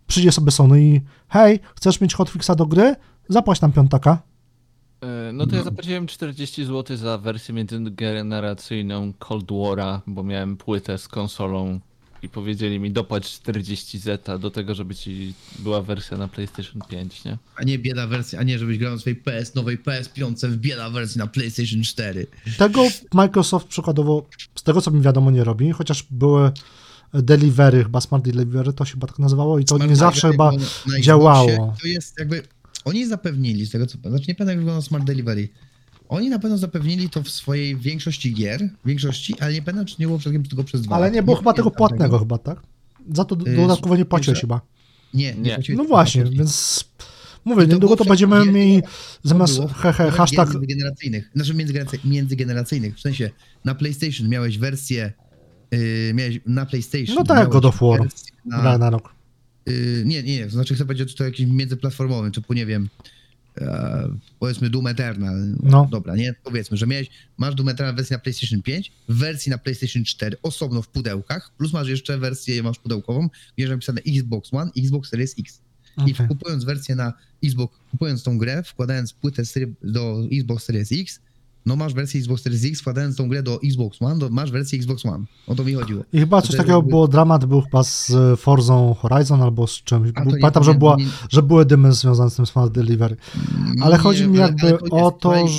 przyjdzie sobie Sony i hej, chcesz mieć hotfixa do gry? Zapłać nam piątaka. No to ja zapłaciłem 40 zł za wersję międzygeneracyjną Cold War'a, bo miałem płytę z konsolą i powiedzieli mi dopłać 40 zeta do tego, żeby ci była wersja na PlayStation 5, nie? A nie bieda wersja, a nie żebyś grał na swojej nowej PS5 w bieda wersji na PlayStation 4. Tego Microsoft przykładowo, z tego co mi wiadomo, nie robi, chociaż były delivery, chyba Smart Delivery to się chyba tak nazywało i to Smart nie zawsze Delivery chyba na Xboxie działało. To jest jakby, oni zapewnili, z tego co pamiętam, znaczy nie pamiętam jak wygląda Smart Delivery. Oni na pewno zapewnili to w swojej większości gier, ale nie pamiętam, czy nie było przedtem tylko przez 2 Ale lata. nie było chyba tego pamiętam płatnego chyba, tak? Za to dodatkowo nie płaciłeś chyba. Nie. No właśnie, więc mówię, I to niedługo to było będziemy wszędzie, mieli zamiast było hashtag... międzygeneracyjnych, znaczy międzygeneracyjnych, w sensie na PlayStation miałeś wersję, miałeś na PlayStation. No tak, God of War, na rok. Nie, to znaczy chcę powiedzieć, że to jakimś międzyplatformowym, typu nie wiem, powiedzmy Doom Eternal. No. Dobra, nie? Powiedzmy, że masz Doom Eternal w wersji na PlayStation 5, w wersji na PlayStation 4 osobno w pudełkach, plus masz jeszcze wersję, masz pudełkową, gdzie jest napisane Xbox One, Xbox Series X. I Okay. kupując wersję na Xbox, kupując tą grę, wkładając płytę do Xbox Series X, no masz wersję Xbox Series X, wkładając tą grę do Xbox One, masz wersję Xbox One. O to mi chodziło. I chyba coś takiego było, dramat był chyba z Forzą Horizon albo z czymś. Pamiętam, że były dymy związane z tym Smart Delivery. Ale chodzi mi jakby o to,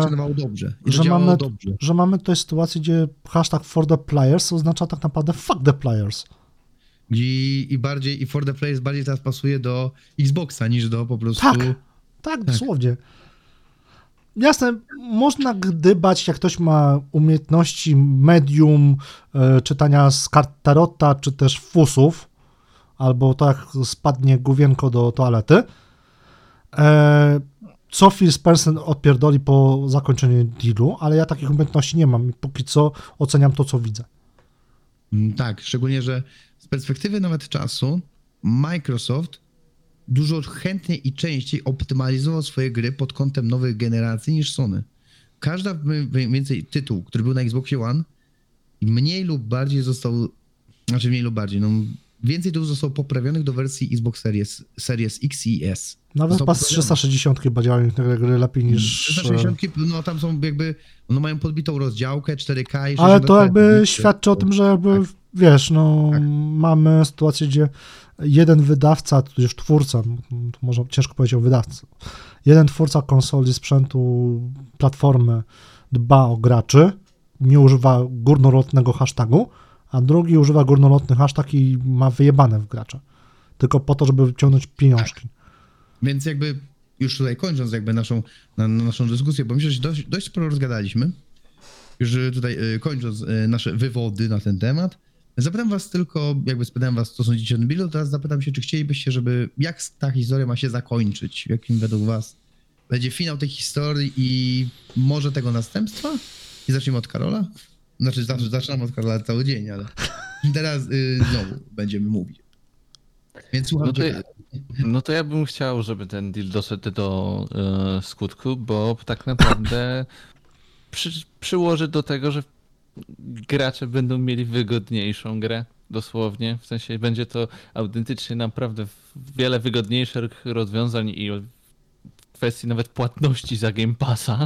że mamy tutaj sytuację, gdzie hashtag for the players oznacza tak naprawdę fuck the players. I for the players bardziej teraz pasuje do Xboxa niż do po prostu... Tak, dosłownie. Jasne, można gdybać, jak ktoś ma umiejętności medium, czytania z kart tarota, czy też fusów, albo to jak spadnie główienko do toalety, co Phil Spencer odpierdoli po zakończeniu dealu, ale ja takich umiejętności nie mam i póki co oceniam to, co widzę. Tak, szczególnie, że z perspektywy nawet czasu Microsoft dużo chętniej i częściej optymalizował swoje gry pod kątem nowych generacji niż Sony. Każda więcej tytuł, który był na Xboxie One, mniej lub bardziej więcej tytułów zostało poprawionych do wersji Xbox Series X i S. Nawet chyba z 360 chyba działają te gry lepiej niż... 360, no tam są jakby, no mają podbitą rozdziałkę, 4K i 60 Ale to jakby świadczy o tym, że jakby, wiesz, mamy sytuację, gdzie jeden wydawca, tudzież twórca, to może ciężko powiedzieć o wydawcy, jeden twórca konsoli, sprzętu, platformy dba o graczy, nie używa górnolotnego hashtagu, a drugi używa górnolotny hashtag i ma wyjebane w gracza. Tylko po to, żeby wyciągnąć pieniążki. Tak. Więc jakby już tutaj kończąc jakby naszą dyskusję, bo myślę, że dość sporo rozgadaliśmy, już tutaj kończąc nasze wywody na ten temat, zapytam was tylko, spytałem was, co sądzicie o tym dealu, teraz zapytam się, czy chcielibyście, jak ta historia ma się zakończyć, jakim według was będzie finał tej historii i może tego następstwa? I zaczniemy od Karola? Znaczy, zaczynam od Karola cały dzień, ale teraz znowu będziemy mówić. Więc słucham No to ja bym chciał, żeby ten deal doszedł do skutku, bo tak naprawdę przyłoży do tego, że gracze będą mieli wygodniejszą grę, dosłownie. W sensie będzie to autentycznie naprawdę wiele wygodniejszych rozwiązań i w kwestii nawet płatności za Game Passa.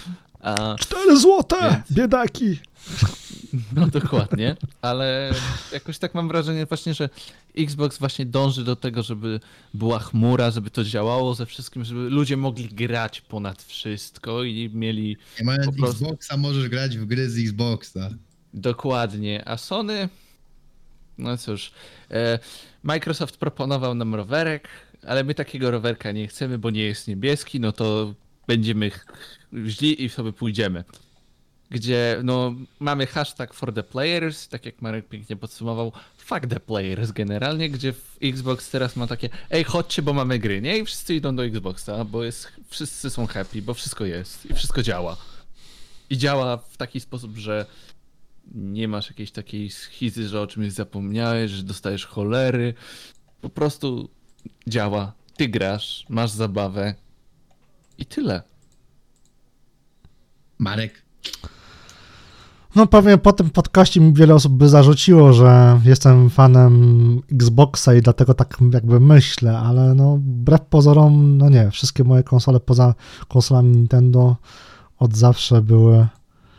4 złote, biedaki! No dokładnie, ale jakoś tak mam wrażenie właśnie, że Xbox właśnie dąży do tego, żeby była chmura, żeby to działało ze wszystkim, żeby ludzie mogli grać ponad wszystko i mieli... Nie mając Xboxa możesz grać w gry z Xboxa. Dokładnie, a Sony... No cóż, Microsoft proponował nam rowerek, ale my takiego rowerka nie chcemy, bo nie jest niebieski, no to będziemy źli i sobie pójdziemy. Gdzie mamy hashtag for the players, tak jak Marek pięknie podsumował, fuck the players generalnie, gdzie w Xbox teraz ma takie chodźcie, bo mamy gry, nie? I wszyscy idą do Xboxa, bo wszyscy są happy, bo wszystko jest i wszystko działa. I działa w taki sposób, że nie masz jakiejś takiej schizy, że o czymś zapomniałeś, że dostajesz cholery. Po prostu działa, ty grasz, masz zabawę i tyle. Marek? No pewnie po tym podcaście mi wiele osób by zarzuciło, że jestem fanem Xboxa i dlatego tak jakby myślę, ale no wbrew pozorom, no nie, wszystkie moje konsole poza konsolami Nintendo od zawsze były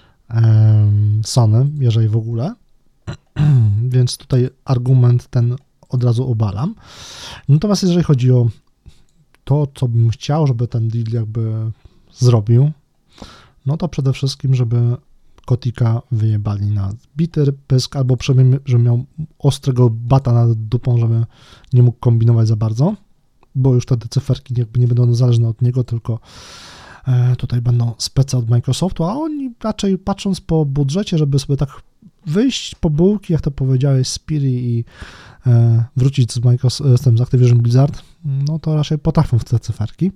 Sony, jeżeli w ogóle, więc tutaj argument ten od razu obalam. Natomiast jeżeli chodzi o to, co bym chciał, żeby ten deal jakby zrobił, no to przede wszystkim, żeby Kotika wyjebali na bity pysk, albo przynajmniej, żeby miał ostrego bata nad dupą, żeby nie mógł kombinować za bardzo, bo już wtedy cyferki jakby nie będą zależne od niego, tylko tutaj będą spece od Microsoftu, a oni raczej patrząc po budżecie, żeby sobie tak wyjść po bułki, jak to powiedziałeś, Spiri i wrócić z Activision Blizzard, no to raczej potrafią w te cyferki.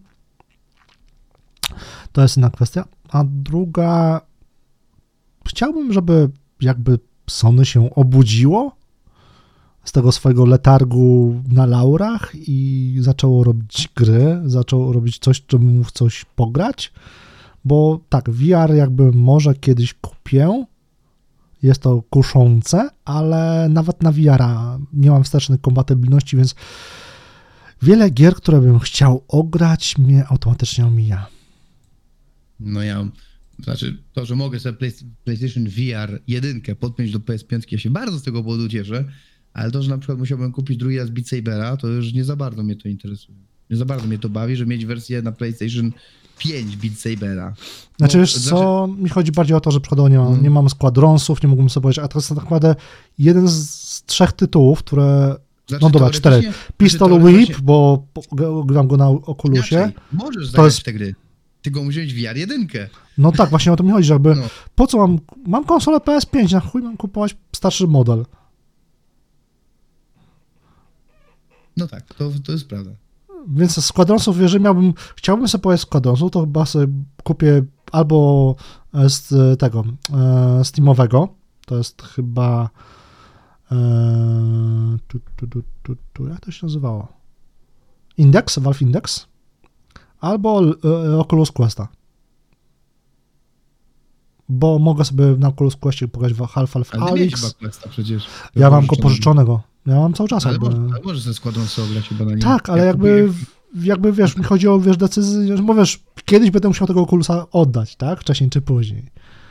To jest inna kwestia. A druga, chciałbym, żeby jakby Sony się obudziło z tego swojego letargu na laurach i zaczęło robić gry, zaczęło robić coś, czym mógł w coś pograć, bo tak, VR jakby może kiedyś kupię, jest to kuszące, ale nawet na VR-a nie mam wstecznej kompatybilności, więc wiele gier, które bym chciał ograć, mnie automatycznie omija. No znaczy to, że mogę sobie PlayStation VR 1 podpiąć do PS5, ja się bardzo z tego powodu cieszę, ale to, że na przykład musiałbym kupić drugi raz Beat Sabera, to już nie za bardzo mnie to interesuje. Nie za bardzo mnie to bawi, że mieć wersję na PlayStation 5 Beat Sabera. Znaczy wiesz co, mi chodzi bardziej o to, że przykładowo nie mam Squadronsów, nie mógłbym sobie powiedzieć, a to jest tak naprawdę jeden z 3 tytułów, które... Znaczy, no dobra, 4. Pistol Whip, bo gram go na Oculusie. Inaczej, możesz zagrać w te gry, tylko musisz mieć VR 1. No tak, właśnie o to mi chodzi, że jakby po co mam konsolę PS5, na chuj mam kupować starszy model. No tak, to jest prawda. Więc Squadronsów, jeżeli chciałbym sobie powiedzieć Squadronsów, to chyba sobie kupię albo z tego Steamowego, to jest chyba jak to się nazywało? Index, Valve Index, albo Oculus Questa. Bo mogę sobie na Oculus Questie pograć w Half-Life Alyx. Przecież. Ja mam go pożyczonego. Ja mam cały czas. Ale może ze Squadronsy ograć chyba na nim. Tak, ale jakby wiesz, mi chodzi o decyzję, bo wiesz, kiedyś będę musiał tego Oculusa oddać, tak? Wcześniej czy później.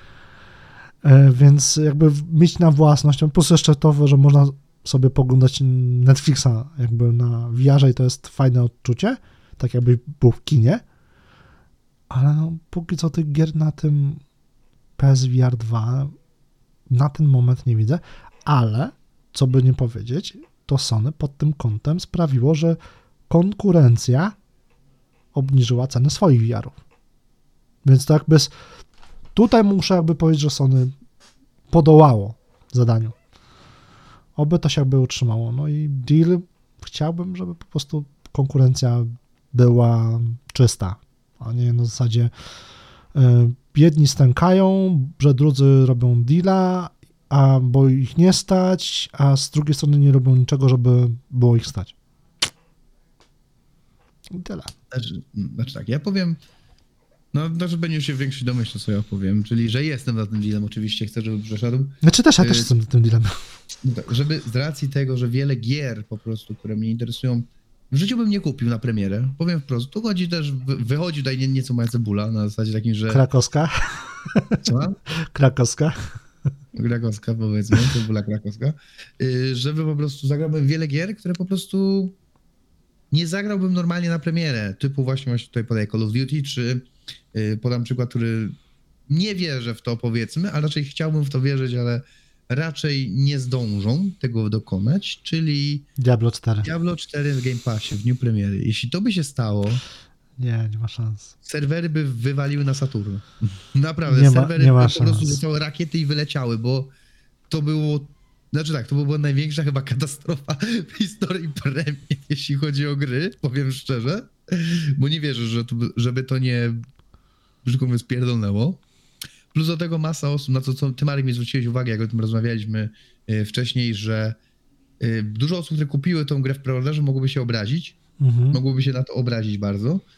Więc jakby mieć na własność, plus jeszcze to, że można sobie poglądać Netflixa jakby na VR-ze i to jest fajne odczucie, tak jakby był w kinie, ale no, póki co tych gier na tym PSVR 2 na ten moment nie widzę, ale co by nie powiedzieć, to Sony pod tym kątem sprawiło, że konkurencja obniżyła ceny swoich VR-ów. Więc to jakby tutaj muszę jakby powiedzieć, że Sony podołało zadaniu. Oby to się jakby utrzymało. No i deal chciałbym, żeby po prostu konkurencja była czysta, a nie na zasadzie jedni stękają, że drudzy robią deala, bo ich nie stać, a z drugiej strony nie robią niczego, żeby było ich stać. I tyle. Znaczy tak, ja powiem, żeby nie się większość domyślał, co ja powiem, czyli, że jestem za tym dealem, oczywiście chcę, żeby przeszedł. Znaczy też ja też jestem za tym dealem. Żeby z racji tego, że wiele gier po prostu, które mnie interesują, w życiu bym nie kupił na premierę, powiem wprost, tu chodzi też, wychodzi tutaj nieco moja cebula, na zasadzie takim, że... Krakowska? Co? Krakowska, powiedzmy, cebula krakowska, żeby po prostu zagrałbym wiele gier, które po prostu nie zagrałbym normalnie na premierę, typu właśnie tutaj podaję Call of Duty, czy podam przykład, który nie wierzę w to, powiedzmy, ale raczej chciałbym w to wierzyć, ale raczej nie zdążą tego dokonać, czyli Diablo 4. Diablo 4 w Game Passie w dniu premiery. Jeśli to by się stało, nie ma szans. serwery by wywaliły na Saturn. Naprawdę, serwery nie ma po prostu dostały rakiety i wyleciały, bo to było, to była największa chyba katastrofa w historii premii, jeśli chodzi o gry, powiem szczerze, bo nie wierzę, żeby to nie, brzydko mówiąc, pierdolnęło. Plus do tego masa osób, na co ty, Marek, mi zwróciłeś uwagę, jak o tym rozmawialiśmy wcześniej, że dużo osób, które kupiły tą grę w preorderze, mogłoby się obrazić, mogłoby się na to obrazić bardzo,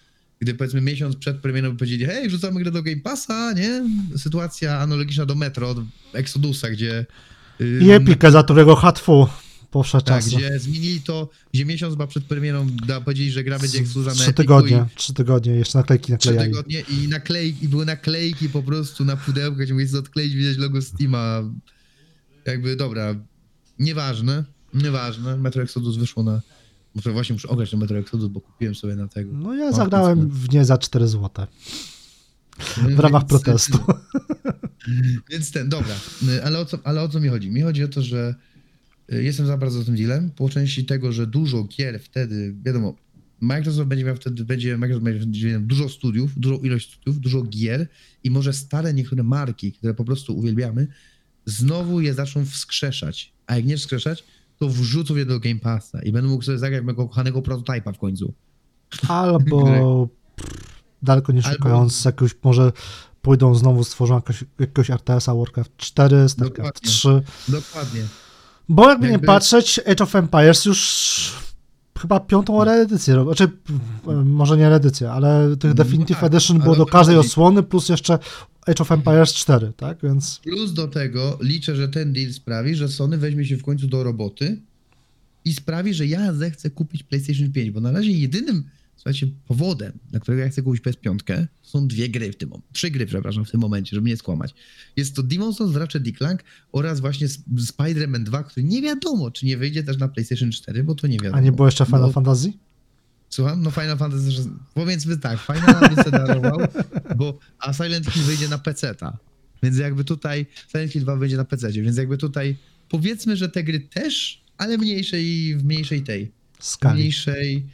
gdy powiedzmy miesiąc przed premierą by powiedzieli, hej, rzucamy grę do Game Passa, nie? Sytuacja analogiczna do Metro, od Exodusa, gdzie... I Epica, za którego hatfu powszedł Tak, czas. gdzie zmienili to, gdzie miesiąc chyba przed premierą powiedzieli, że gra będzie ekskluza na 3 Epiku tygodnie, 3 tygodnie, jeszcze naklejki 3 naklejali. tygodnie i były naklejki po prostu na pudełkach, gdzie mogłeś sobie odkleić, widać logo Steama. Jakby, dobra, nieważne. Metro Exodus wyszło na... Właśnie muszę ograć na Metro Exodus, bo kupiłem sobie na tego. No ja zagrałem w nie za 4 zł. W ramach protestu. Więc dobra, ale o co mi chodzi? Mi chodzi o to, że jestem za bardzo tym dealem, po części tego, że dużo gier wtedy, wiadomo, Microsoft będzie miał dużo studiów, dużą ilość studiów, dużo gier i może stare niektóre marki, które po prostu uwielbiamy, znowu je zaczną wskrzeszać. A jak nie wskrzeszać, to wrzucą je do Game Passa i będę mógł sobie zagrać mojego kochanego prototypa w końcu. Albo daleko nie szukając, jakoś może pójdą znowu, stworzą jakiegoś RTS-a, Warcraft 4, StarCraft 3. Dokładnie. Bo jakby nie patrzeć, Age of Empires już chyba 5. reedycję robi. Znaczy, może nie reedycję, ale tych Definitive Edition było do każdej odsłony, plus jeszcze Age of Empires 4, tak? Więc... Plus do tego liczę, że ten deal sprawi, że Sony weźmie się w końcu do roboty i sprawi, że ja zechcę kupić PlayStation 5, bo na razie jedynym, słuchajcie, powodem, dla którego ja chcę kupić PS5, są 2 gry w tym momencie, 3 gry, przepraszam, w tym momencie, żeby nie skłamać. Jest to Demon's Souls, Ratchet & Clank oraz właśnie Spider-Man 2, który nie wiadomo, czy nie wyjdzie też na PlayStation 4, bo to nie wiadomo. A nie było jeszcze Final Fantasy? Słucham? No Final Fantasy, powiedzmy tak, Final by darował, a Silent Hill wyjdzie na PC-ta. Więc jakby tutaj Silent Hill 2 będzie na PC-cie, więc jakby tutaj powiedzmy, że te gry też, ale w mniejszej tej. Skali. Mniejszej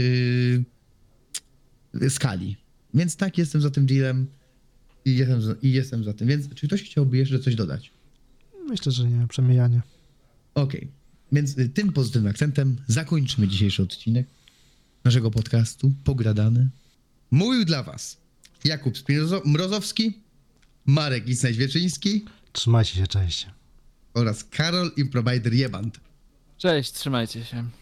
skali. Więc tak, jestem za tym dealem i jestem za tym. Więc czy ktoś chciałby jeszcze coś dodać? Myślę, że nie, przemijanie. Okej. Więc tym pozytywnym akcentem zakończymy dzisiejszy odcinek naszego podcastu Pogradane. Mówił dla was Jakub Mrozowski, Marek Isnaj-Wieczyński. Trzymajcie się, cześć. Oraz Karol Improvider Jeband. Cześć, trzymajcie się.